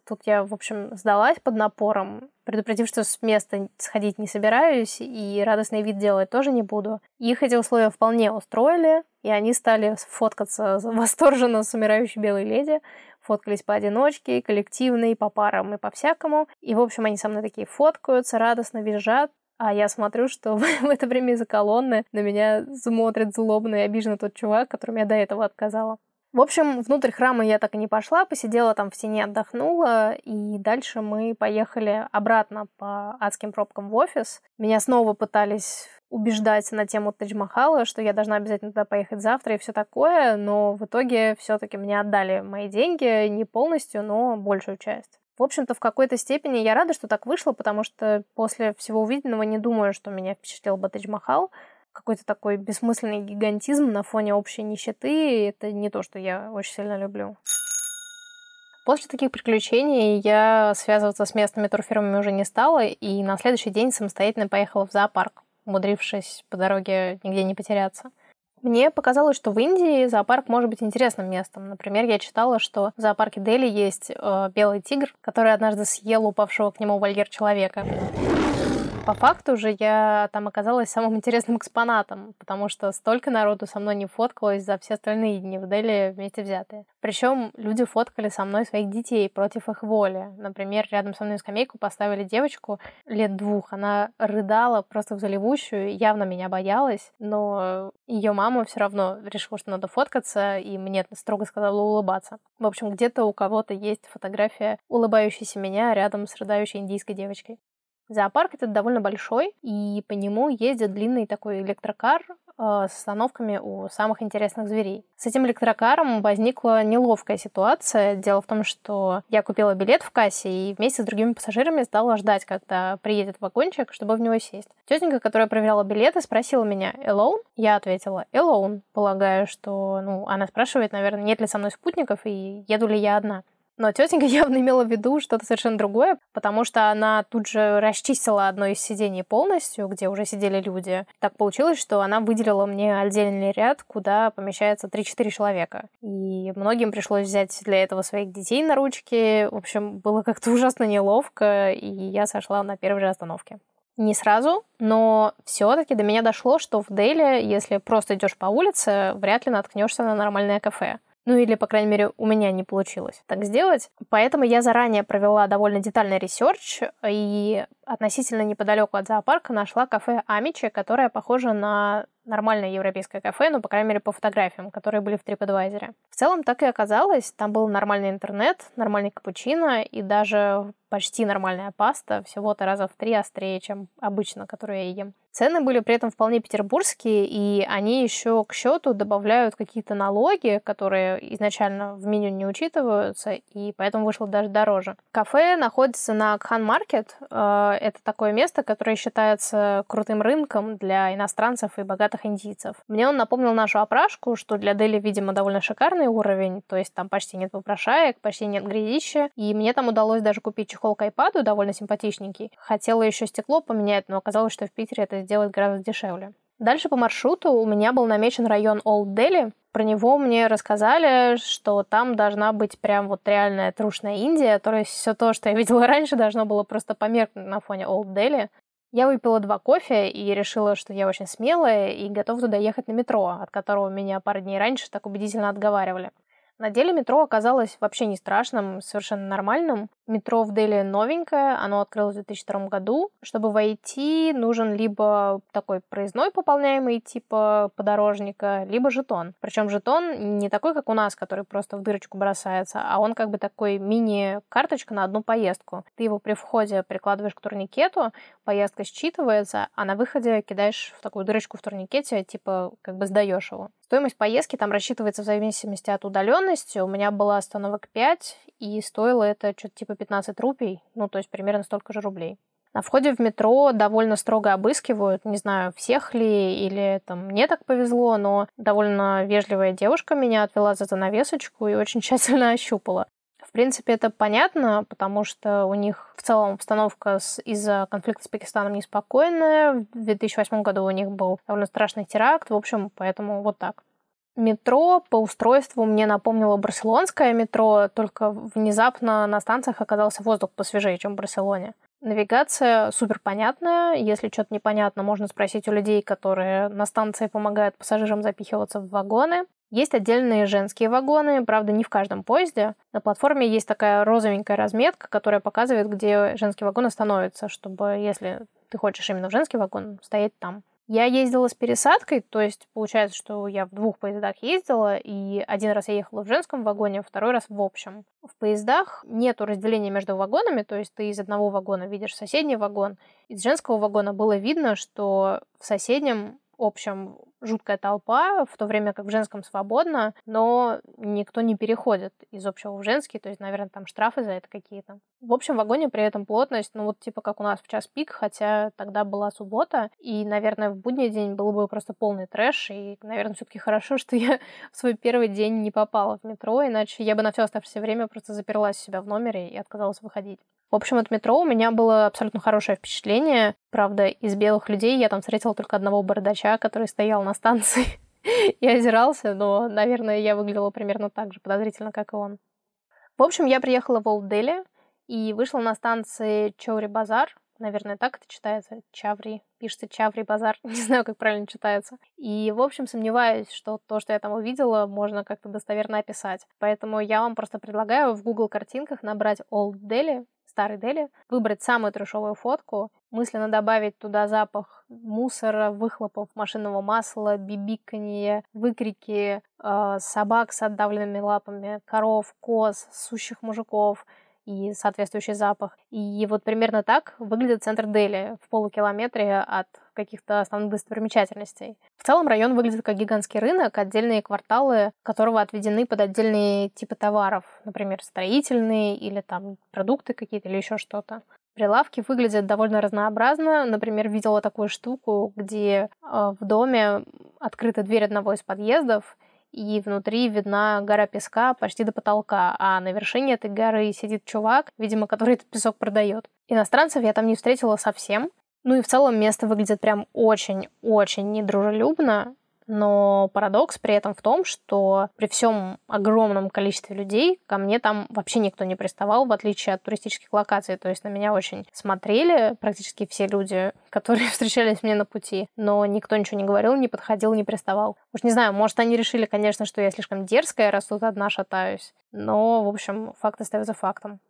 Тут я, в общем, сдалась под напором, предупредив, что с места сходить не собираюсь и радостный вид делать тоже не буду. Их эти условия вполне устроили, и они стали фоткаться восторженно с умирающей белой леди. Фоткались поодиночке, коллективно, и по парам, и по-всякому. И, в общем, они со мной такие фоткаются, радостно визжат. А я смотрю, что в это время из-за колонны на меня смотрит злобно и обиженно тот чувак, которому я до этого отказала. В общем, внутрь храма я так и не пошла, посидела там в тени, отдохнула, и дальше мы поехали обратно по адским пробкам в офис. Меня снова пытались убеждать на тему Тадж-Махала, что я должна обязательно туда поехать завтра и все такое, но в итоге все-таки мне отдали мои деньги, не полностью, но большую часть. В общем-то, в какой-то степени я рада, что так вышло, потому что после всего увиденного не думаю, что меня впечатлил бы Тадж-Махал. Какой-то такой бессмысленный гигантизм на фоне общей нищеты, это не то, что я очень сильно люблю. После таких приключений я связываться с местными турфирмами уже не стала, и на следующий день самостоятельно поехала в зоопарк, умудрившись по дороге нигде не потеряться. Мне показалось, что в Индии зоопарк может быть интересным местом. Например, я читала, что в зоопарке Дели есть белый тигр, который однажды съел упавшего к нему в вольер человека. По факту же я там оказалась самым интересным экспонатом, потому что столько народу со мной не фоткалось за все остальные дни в Дели вместе взятые. Причем люди фоткали со мной своих детей против их воли. Например, рядом со мной на скамейку поставили девочку лет 2. Она рыдала просто в заливущую, явно меня боялась, но ее мама все равно решила, что надо фоткаться, и мне строго сказала улыбаться. В общем, где-то у кого-то есть фотография улыбающейся меня рядом с рыдающей индийской девочкой. Зоопарк этот довольно большой, и по нему ездит длинный такой электрокар с остановками у самых интересных зверей. С этим электрокаром возникла неловкая ситуация. Дело в том, что я купила билет в кассе и вместе с другими пассажирами стала ждать, когда приедет вагончик, чтобы в него сесть. Тетенька, которая проверяла билеты, спросила меня «Alone?». Я ответила «Alone», полагаю, что она спрашивает, наверное, нет ли со мной спутников и еду ли я одна. Но тетенька явно имела в виду что-то совершенно другое, потому что она тут же расчистила одно из сидений полностью, где уже сидели люди. Так получилось, что она выделила мне отдельный ряд, куда помещается 3-4 человека. И многим пришлось взять для этого своих детей на ручки. В общем, было как-то ужасно неловко, и я сошла на первой же остановке. Не сразу, но все-таки до меня дошло, что в Дели, если просто идешь по улице, вряд ли наткнешься на нормальное кафе. Или, по крайней мере, у меня не получилось так сделать. Поэтому я заранее провела довольно детальный ресерч и относительно неподалеку от зоопарка нашла кафе Амичи, которое похоже на нормальное европейское кафе, по крайней мере, по фотографиям, которые были в TripAdvisor. В целом так и оказалось. Там был нормальный интернет, нормальный капучино и даже почти нормальная паста, всего-то раза в 3 острее, чем обычно, которую я ем. Цены были при этом вполне петербургские, и они еще к счету добавляют какие-то налоги, которые изначально в меню не учитываются, и поэтому вышло даже дороже. Кафе находится на Кхан-маркет. Это такое место, которое считается крутым рынком для иностранцев и богатых индийцев. Мне он напомнил нашу опрашку, что для Дели, видимо, довольно шикарный уровень, то есть там почти нет попрошаек, почти нет грязища, и мне там удалось даже купить чехол к айпаду, довольно симпатичненький. Хотела еще стекло поменять, но оказалось, что в Питере это сделать гораздо дешевле. Дальше по маршруту у меня был намечен район Олд Дели. Про него мне рассказали, что там должна быть прям реальная трушная Индия, то есть все то, что я видела раньше, должно было просто померкнуть на фоне Олд Дели. Я выпила 2 кофе и решила, что я очень смелая и готова туда ехать на метро, от которого меня пару дней раньше так убедительно отговаривали. На деле метро оказалось вообще не страшным, совершенно нормальным. Метро в Дели новенькое, оно открылось в 2002 году. Чтобы войти, нужен либо такой проездной пополняемый типа подорожника, либо жетон. Причем жетон не такой, как у нас, который просто в дырочку бросается, а он как бы такой мини-карточка на одну поездку. Ты его при входе прикладываешь к турникету, поездка считывается, а на выходе кидаешь в такую дырочку в турникете, типа как бы сдаешь его. Стоимость поездки там рассчитывается в зависимости от удаленности. У меня было остановок 5, и стоило это что-то типа 15 рупий, то есть примерно столько же рублей. На входе в метро довольно строго обыскивают, не знаю, всех ли, или мне так повезло, но довольно вежливая девушка меня отвела за занавесочку и очень тщательно ощупала. В принципе, это понятно, потому что у них в целом обстановка из-за конфликта с Пакистаном неспокойная. В 2008 году у них был довольно страшный теракт, в общем, поэтому вот так. Метро по устройству мне напомнило барселонское метро, только внезапно на станциях оказался воздух посвежее, чем в Барселоне. Навигация супер понятная. Если что-то непонятно, можно спросить у людей, которые на станции помогают пассажирам запихиваться в вагоны. Есть отдельные женские вагоны, правда, не в каждом поезде. На платформе есть такая розовенькая разметка, которая показывает, где женский вагон остановится, чтобы, если ты хочешь именно в женский вагон, стоять там. Я ездила с пересадкой, то есть получается, что я в 2 поездах ездила, и один раз я ехала в женском вагоне, второй раз в общем. В поездах нету разделения между вагонами, то есть ты из одного вагона видишь соседний вагон. Из женского вагона было видно, что в соседнем общем жуткая толпа, в то время как в женском свободно, но никто не переходит из общего в женский, то есть, наверное, там штрафы за это какие-то. В общем вагоне при этом плотность, типа как у нас в час пик, хотя тогда была суббота, и, наверное, в будний день был бы просто полный трэш, и, наверное, все-таки хорошо, что я в свой первый день не попала в метро, иначе я бы на все оставшееся время просто заперлась у себя в номере и отказалась выходить. В общем, от метро у меня было абсолютно хорошее впечатление. Правда, из белых людей я там встретила только одного бородача, который стоял на станции и озирался, но, наверное, я выглядела примерно так же подозрительно, как и он. В общем, я приехала в Олд Дели и вышла на станции Човри-Базар. Наверное, так это читается. Чаври. Пишется Чаври-Базар. Не знаю, как правильно читается. И, в общем, сомневаюсь, что то, что я там увидела, можно как-то достоверно описать. Поэтому я вам просто предлагаю в Google картинках набрать Олд Дели, Старый Дели, выбрать самую трэшовую фотку, мысленно добавить туда запах мусора, выхлопов, машинного масла, бибиканье, выкрики, собак с отдавленными лапами, коров, коз, сущих мужиков и соответствующий запах. И вот примерно так выглядит центр Дели в полукилометре от каких-то основных достопримечательностей. В целом район выглядит как гигантский рынок, отдельные кварталы которого отведены под отдельные типы товаров, например, строительные или там продукты какие-то или еще что-то. Прилавки выглядят довольно разнообразно. Например, видела такую штуку, где в доме открыта дверь одного из подъездов, и внутри видна гора песка почти до потолка, а на вершине этой горы сидит чувак, видимо, который этот песок продает. Иностранцев я там не встретила совсем. И в целом место выглядит прям очень-очень недружелюбно, но парадокс при этом в том, что при всем огромном количестве людей ко мне там вообще никто не приставал, в отличие от туристических локаций. То есть на меня очень смотрели практически все люди, которые встречались мне на пути, но никто ничего не говорил, не подходил, не приставал. Уж не знаю, может, они решили, конечно, что я слишком дерзкая, раз тут одна шатаюсь. Но, в общем, факт остается фактом.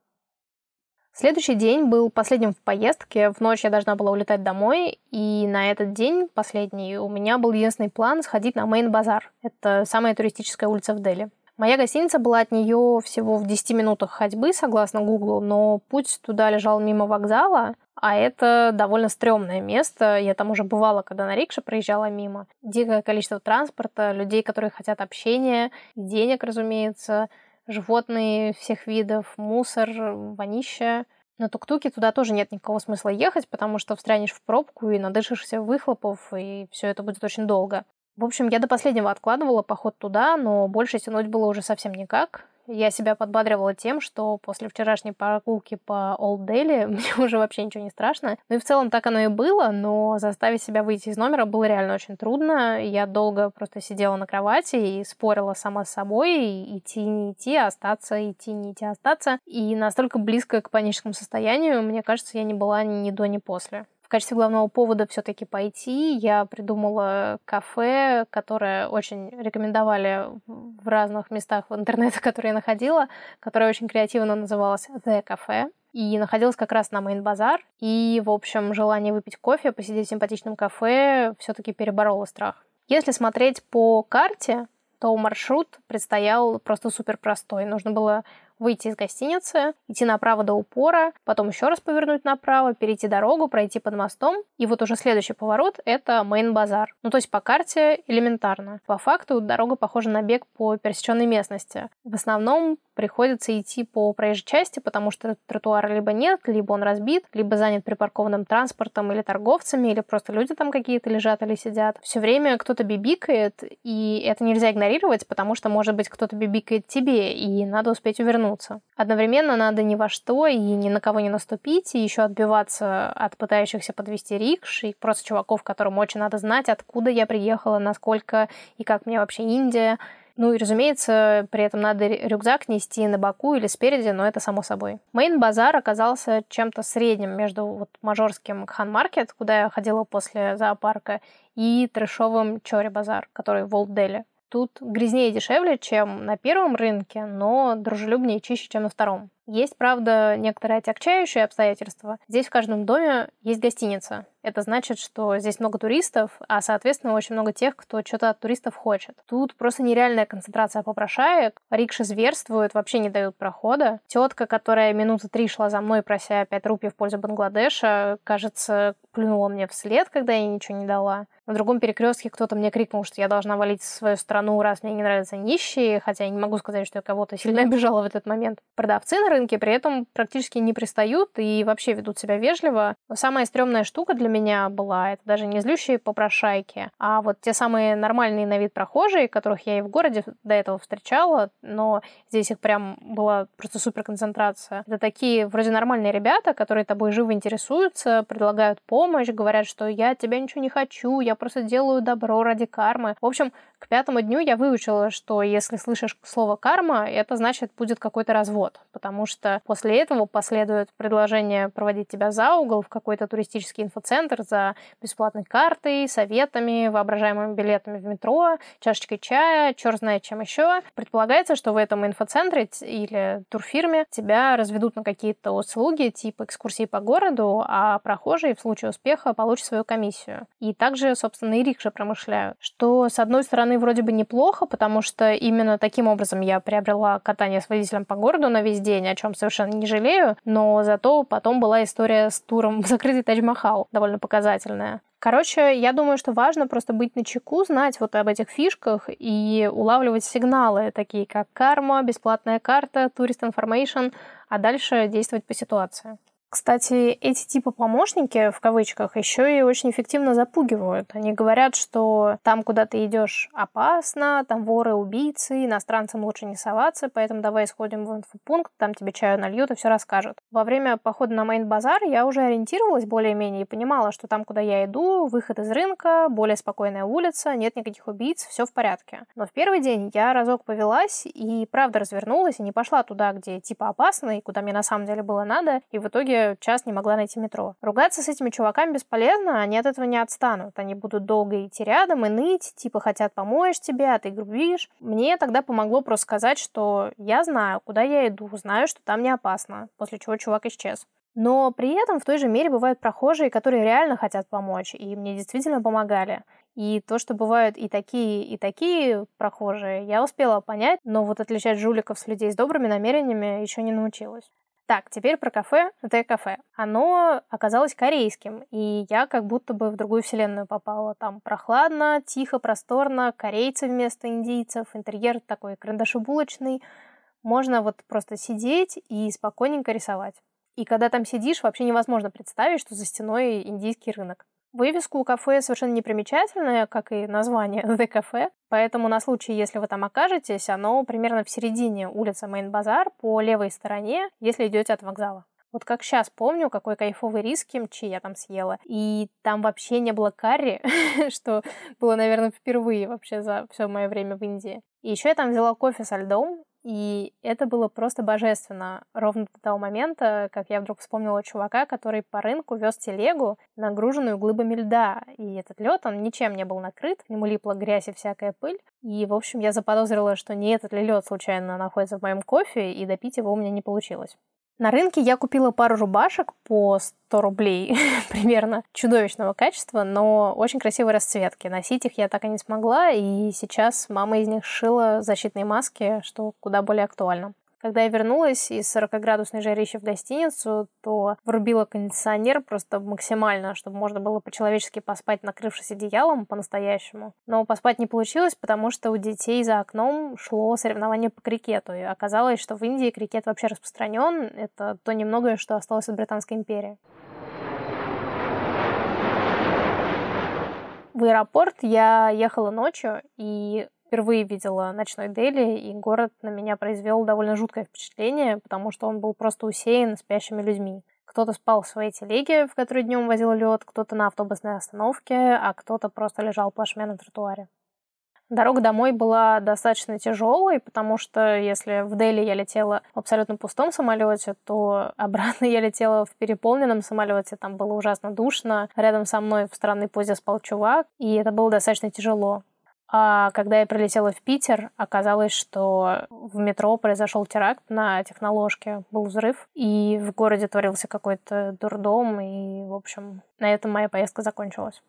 Следующий день был последним в поездке. В ночь я должна была улетать домой, и на этот день, последний, у меня был единственный план сходить на Мейн-базар. Это самая туристическая улица в Дели. Моя гостиница была от нее всего в 10 минутах ходьбы, согласно Гуглу, но путь туда лежал мимо вокзала, а это довольно стрёмное место. Я там уже бывала, когда на рикше проезжала мимо. Дикое количество транспорта, людей, которые хотят общения, денег, разумеется, животные всех видов, мусор, вонища. На тук-туке туда тоже нет никакого смысла ехать, потому что встрянешь в пробку и надышишься выхлопов, и все это будет очень долго. В общем, я до последнего откладывала поход туда, но больше тянуть было уже совсем никак. Я себя подбадривала тем, что после вчерашней прогулки по Олд Дели мне уже вообще ничего не страшно. И в целом так оно и было, но заставить себя выйти из номера было реально очень трудно. Я долго просто сидела на кровати и спорила сама с собой, идти, не идти, остаться, идти, не идти, остаться. И настолько близко к паническому состоянию, мне кажется, я не была ни до, ни после. В качестве главного повода все-таки пойти я придумала кафе, которое очень рекомендовали в разных местах в интернете, которые я находила, которое очень креативно называлось The Cafe. И находилось как раз на Мейн-базар. И, в общем, желание выпить кофе, посидеть в симпатичном кафе все-таки перебороло страх. Если смотреть по карте, то маршрут предстоял просто супер простой. Нужно было выйти из гостиницы, идти направо до упора, потом еще раз повернуть направо, перейти дорогу, пройти под мостом. И вот уже следующий поворот — это Мейн-базар. То есть по карте элементарно. По факту дорога похожа на бег по пересеченной местности. В основном приходится идти по проезжей части, потому что тротуара либо нет, либо он разбит, либо занят припаркованным транспортом или торговцами, или просто люди там какие-то лежат или сидят. Все время кто-то бибикает, и это нельзя игнорировать, потому что, может быть, кто-то бибикает тебе, и надо успеть увернуться. оглянуться. Одновременно надо ни во что и ни на кого не наступить, и еще отбиваться от пытающихся подвести рикш и просто чуваков, которым очень надо знать, откуда я приехала, насколько и как мне вообще Индия. Ну и, разумеется, при этом надо рюкзак нести на боку или спереди, но это само собой. Мейн-базар оказался чем-то средним между мажорским Кхан-маркет, куда я ходила после зоопарка, и трэшовым Чори-базар, который в Олд-Дели. Тут грязнее и дешевле, чем на первом рынке, но дружелюбнее и чище, чем на втором. Есть, правда, некоторые отягчающие обстоятельства. Здесь в каждом доме есть гостиница. Это значит, что здесь много туристов, а, соответственно, очень много тех, кто что-то от туристов хочет. Тут просто нереальная концентрация попрошаек. Рикши зверствуют, вообще не дают прохода. Тетка, которая минуты 3 шла за мной, прося 5 рупий в пользу Бангладеша, кажется, плюнула мне вслед, когда я ей ничего не дала. На другом перекрестке кто-то мне крикнул, что я должна валить в свою страну, раз мне не нравятся нищие, хотя я не могу сказать, что я кого-то сильно обижала в этот момент. Продавцы на рынке при этом практически не пристают и вообще ведут себя вежливо. Но самая стрёмная штука для меня была, это даже не злющие попрошайки, а вот те самые нормальные на вид прохожие, которых я и в городе до этого встречала, но здесь их прям была просто супер концентрация. Это такие вроде нормальные ребята, которые тобой живо интересуются, предлагают помощь, говорят, что я от тебя ничего не хочу, я просто делаю добро ради кармы. В общем, к 5-му дню я выучила, что если слышишь слово «карма», это значит будет какой-то развод, потому что после этого последует предложение проводить тебя за угол в какой-то туристический инфоцентр за бесплатной картой, советами, воображаемыми билетами в метро, чашечкой чая, черт знает чем еще. Предполагается, что в этом инфоцентре или турфирме тебя разведут на какие-то услуги типа экскурсии по городу, а прохожий в случае успеха получит свою комиссию. И также, собственно, и рикши промышляют. Что, с одной стороны, вроде бы неплохо, потому что именно таким образом я приобрела катание с водителем по городу на весь день, о чем совершенно не жалею, но зато потом была история с туром в закрытый Тадж-Махал, довольно показательная. Короче, я думаю, что важно просто быть начеку, знать вот об этих фишках и улавливать сигналы, такие как карма, бесплатная карта, Tourist Information, а дальше действовать по ситуации. Кстати, эти типа помощники, в кавычках, еще и очень эффективно запугивают. Они говорят, что там, куда ты идешь, опасно, там воры, убийцы, иностранцам лучше не соваться, поэтому давай сходим в инфопункт, там тебе чаю нальют и все расскажут. Во время похода на Мейн-базар я уже ориентировалась более-менее и понимала, что там, куда я иду, выход из рынка, более спокойная улица, нет никаких убийц, все в порядке. Но в первый день я разок повелась и правда развернулась и не пошла туда, где типа опасно и куда мне на самом деле было надо, и в итоге час не могла найти метро. Ругаться с этими чуваками бесполезно, они от этого не отстанут. Они будут долго идти рядом и ныть, типа хотят помочь тебе, а ты грубишь. Мне тогда помогло просто сказать, что я знаю, куда я иду, знаю, что там не опасно, после чего чувак исчез. Но при этом в той же мере бывают прохожие, которые реально хотят помочь, и мне действительно помогали. И то, что бывают и такие прохожие, я успела понять, но вот отличать жуликов с людей с добрыми намерениями еще не научилась. Так, теперь про кафе. Это кафе. Оно оказалось корейским, и я как будто бы в другую вселенную попала. Там прохладно, тихо, просторно, корейцы вместо индийцев, интерьер такой карандашебулочный. Можно вот просто сидеть и спокойненько рисовать. И когда там сидишь, вообще невозможно представить, что за стеной индийский рынок. Вывеска у кафе совершенно непримечательная, как и название The Cafe, поэтому на случай, если вы там окажетесь, оно примерно в середине улицы Мейн-базар по левой стороне, если идете от вокзала. Вот как сейчас помню, какой кайфовый рис кимчи я там съела. И там вообще не было карри, что было, наверное, впервые вообще за все мое время в Индии. И еще я там взяла кофе со льдом, и это было просто божественно. Ровно до того момента, как я вдруг вспомнила чувака, который по рынку вез телегу, нагруженную глыбами льда. И этот лед, он ничем не был накрыт, к нему липла грязь и всякая пыль. И, в общем, я заподозрила, что не этот ли лед случайно находится в моем кофе, и допить его у меня не получилось. На рынке я купила пару рубашек по 100 рублей примерно, чудовищного качества, но очень красивой расцветки. Носить их я так и не смогла, и сейчас мама из них сшила защитные маски, что куда более актуально. Когда я вернулась из 40-градусной жарищи в гостиницу, то врубила кондиционер просто максимально, чтобы можно было по-человечески поспать, накрывшись одеялом по-настоящему. Но поспать не получилось, потому что у детей за окном шло соревнование по крикету. И оказалось, что в Индии крикет вообще распространен. Это то немногое, что осталось от Британской империи. В аэропорт я ехала ночью, и впервые видела ночной Дели, и город на меня произвел довольно жуткое впечатление, потому что он был просто усеян спящими людьми. Кто-то спал в своей телеге, в которой днем возил лед, кто-то на автобусной остановке, а кто-то просто лежал плашмя на тротуаре. Дорога домой была достаточно тяжелой, потому что если в Дели я летела в абсолютно пустом самолете, то обратно я летела в переполненном самолете. Там было ужасно душно. Рядом со мной в странной позе спал чувак, и это было достаточно тяжело. А когда я прилетела в Питер, оказалось, что в метро произошел теракт на Техноложке, был взрыв, и в городе творился какой-то дурдом, и, в общем, на этом моя поездка закончилась.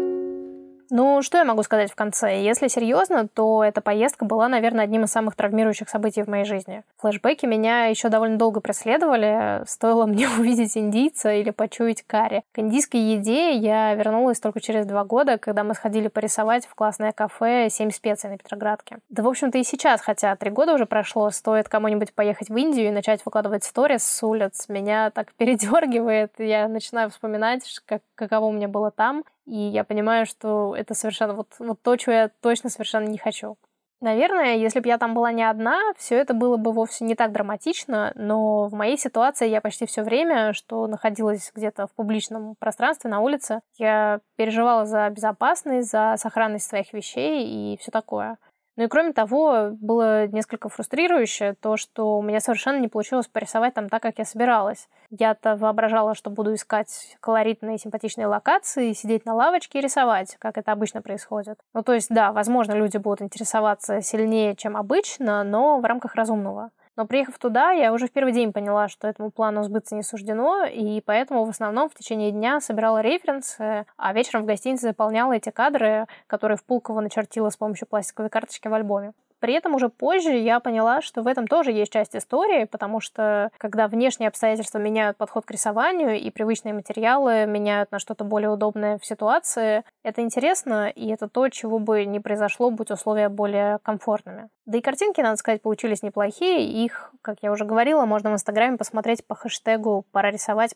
Ну, что я могу сказать в конце? Если серьезно, то эта поездка была, наверное, одним из самых травмирующих событий в моей жизни. Флэшбэки меня еще довольно долго преследовали. Стоило мне увидеть индийца или почуять карри. К индийской еде я вернулась только через 2 года, когда мы сходили порисовать в классное кафе «7 специй» на Петроградке. Да, в общем-то, и сейчас, хотя 3 года уже прошло, стоит кому-нибудь поехать в Индию и начать выкладывать сторис с улиц. Меня так передергивает. Я начинаю вспоминать, каково мне было там. И я понимаю, что это совершенно вот то, чего я точно совершенно не хочу. Наверное, если бы я там была не одна, все это было бы вовсе не так драматично, но в моей ситуации я почти все время, что находилась где-то в публичном пространстве, на улице, я переживала за безопасность, за сохранность своих вещей и все такое. Ну и кроме того, было несколько фрустрирующе то, что у меня совершенно не получилось порисовать там так, как я собиралась. Я-то воображала, что буду искать колоритные, симпатичные локации, сидеть на лавочке и рисовать, как это обычно происходит. Ну то есть, да, возможно, люди будут интересоваться сильнее, чем обычно, но в рамках разумного. Но приехав туда, я уже в первый день поняла, что этому плану сбыться не суждено, и поэтому в основном в течение дня собирала референсы, а вечером в гостинице заполняла эти кадры, которые в Пулково начертила с помощью пластиковой карточки в альбоме. При этом уже позже я поняла, что в этом тоже есть часть истории, потому что когда внешние обстоятельства меняют подход к рисованию и привычные материалы меняют на что-то более удобное в ситуации, это интересно, и это то, чего бы не произошло, будь условия более комфортными. Да и картинки, надо сказать, получились неплохие. Их, как я уже говорила, можно в Инстаграме посмотреть по хэштегу «Пора рисовать»,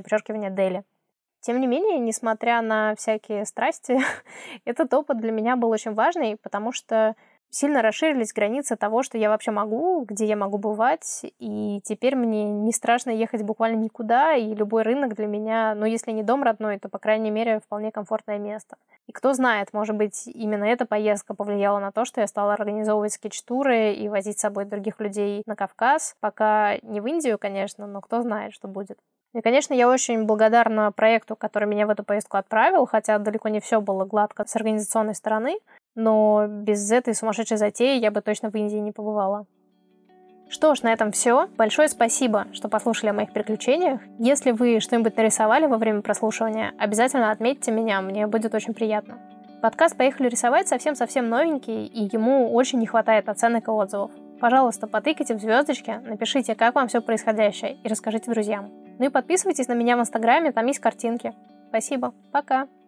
_ Дели. Тем не менее, несмотря на всякие страсти, этот опыт для меня был очень важный, потому что сильно расширились границы того, что я вообще могу, где я могу бывать, и теперь мне не страшно ехать буквально никуда, и любой рынок для меня, ну, если не дом родной, то, по крайней мере, вполне комфортное место. И кто знает, может быть, именно эта поездка повлияла на то, что я стала организовывать скетч-туры и возить с собой других людей на Кавказ, пока не в Индию, конечно, но кто знает, что будет. И, конечно, я очень благодарна проекту, который меня в эту поездку отправил, хотя далеко не все было гладко с организационной стороны, но без этой сумасшедшей затеи я бы точно в Индии не побывала. Что ж, на этом все. Большое спасибо, что послушали о моих приключениях. Если вы что-нибудь нарисовали во время прослушивания, обязательно отметьте меня, мне будет очень приятно. Подкаст «Поехали рисовать» совсем-совсем новенький, и ему очень не хватает оценок и отзывов. Пожалуйста, потыкайте в звездочки, напишите, как вам все происходящее, и расскажите друзьям. Ну и подписывайтесь на меня в Инстаграме, там есть картинки. Спасибо, пока!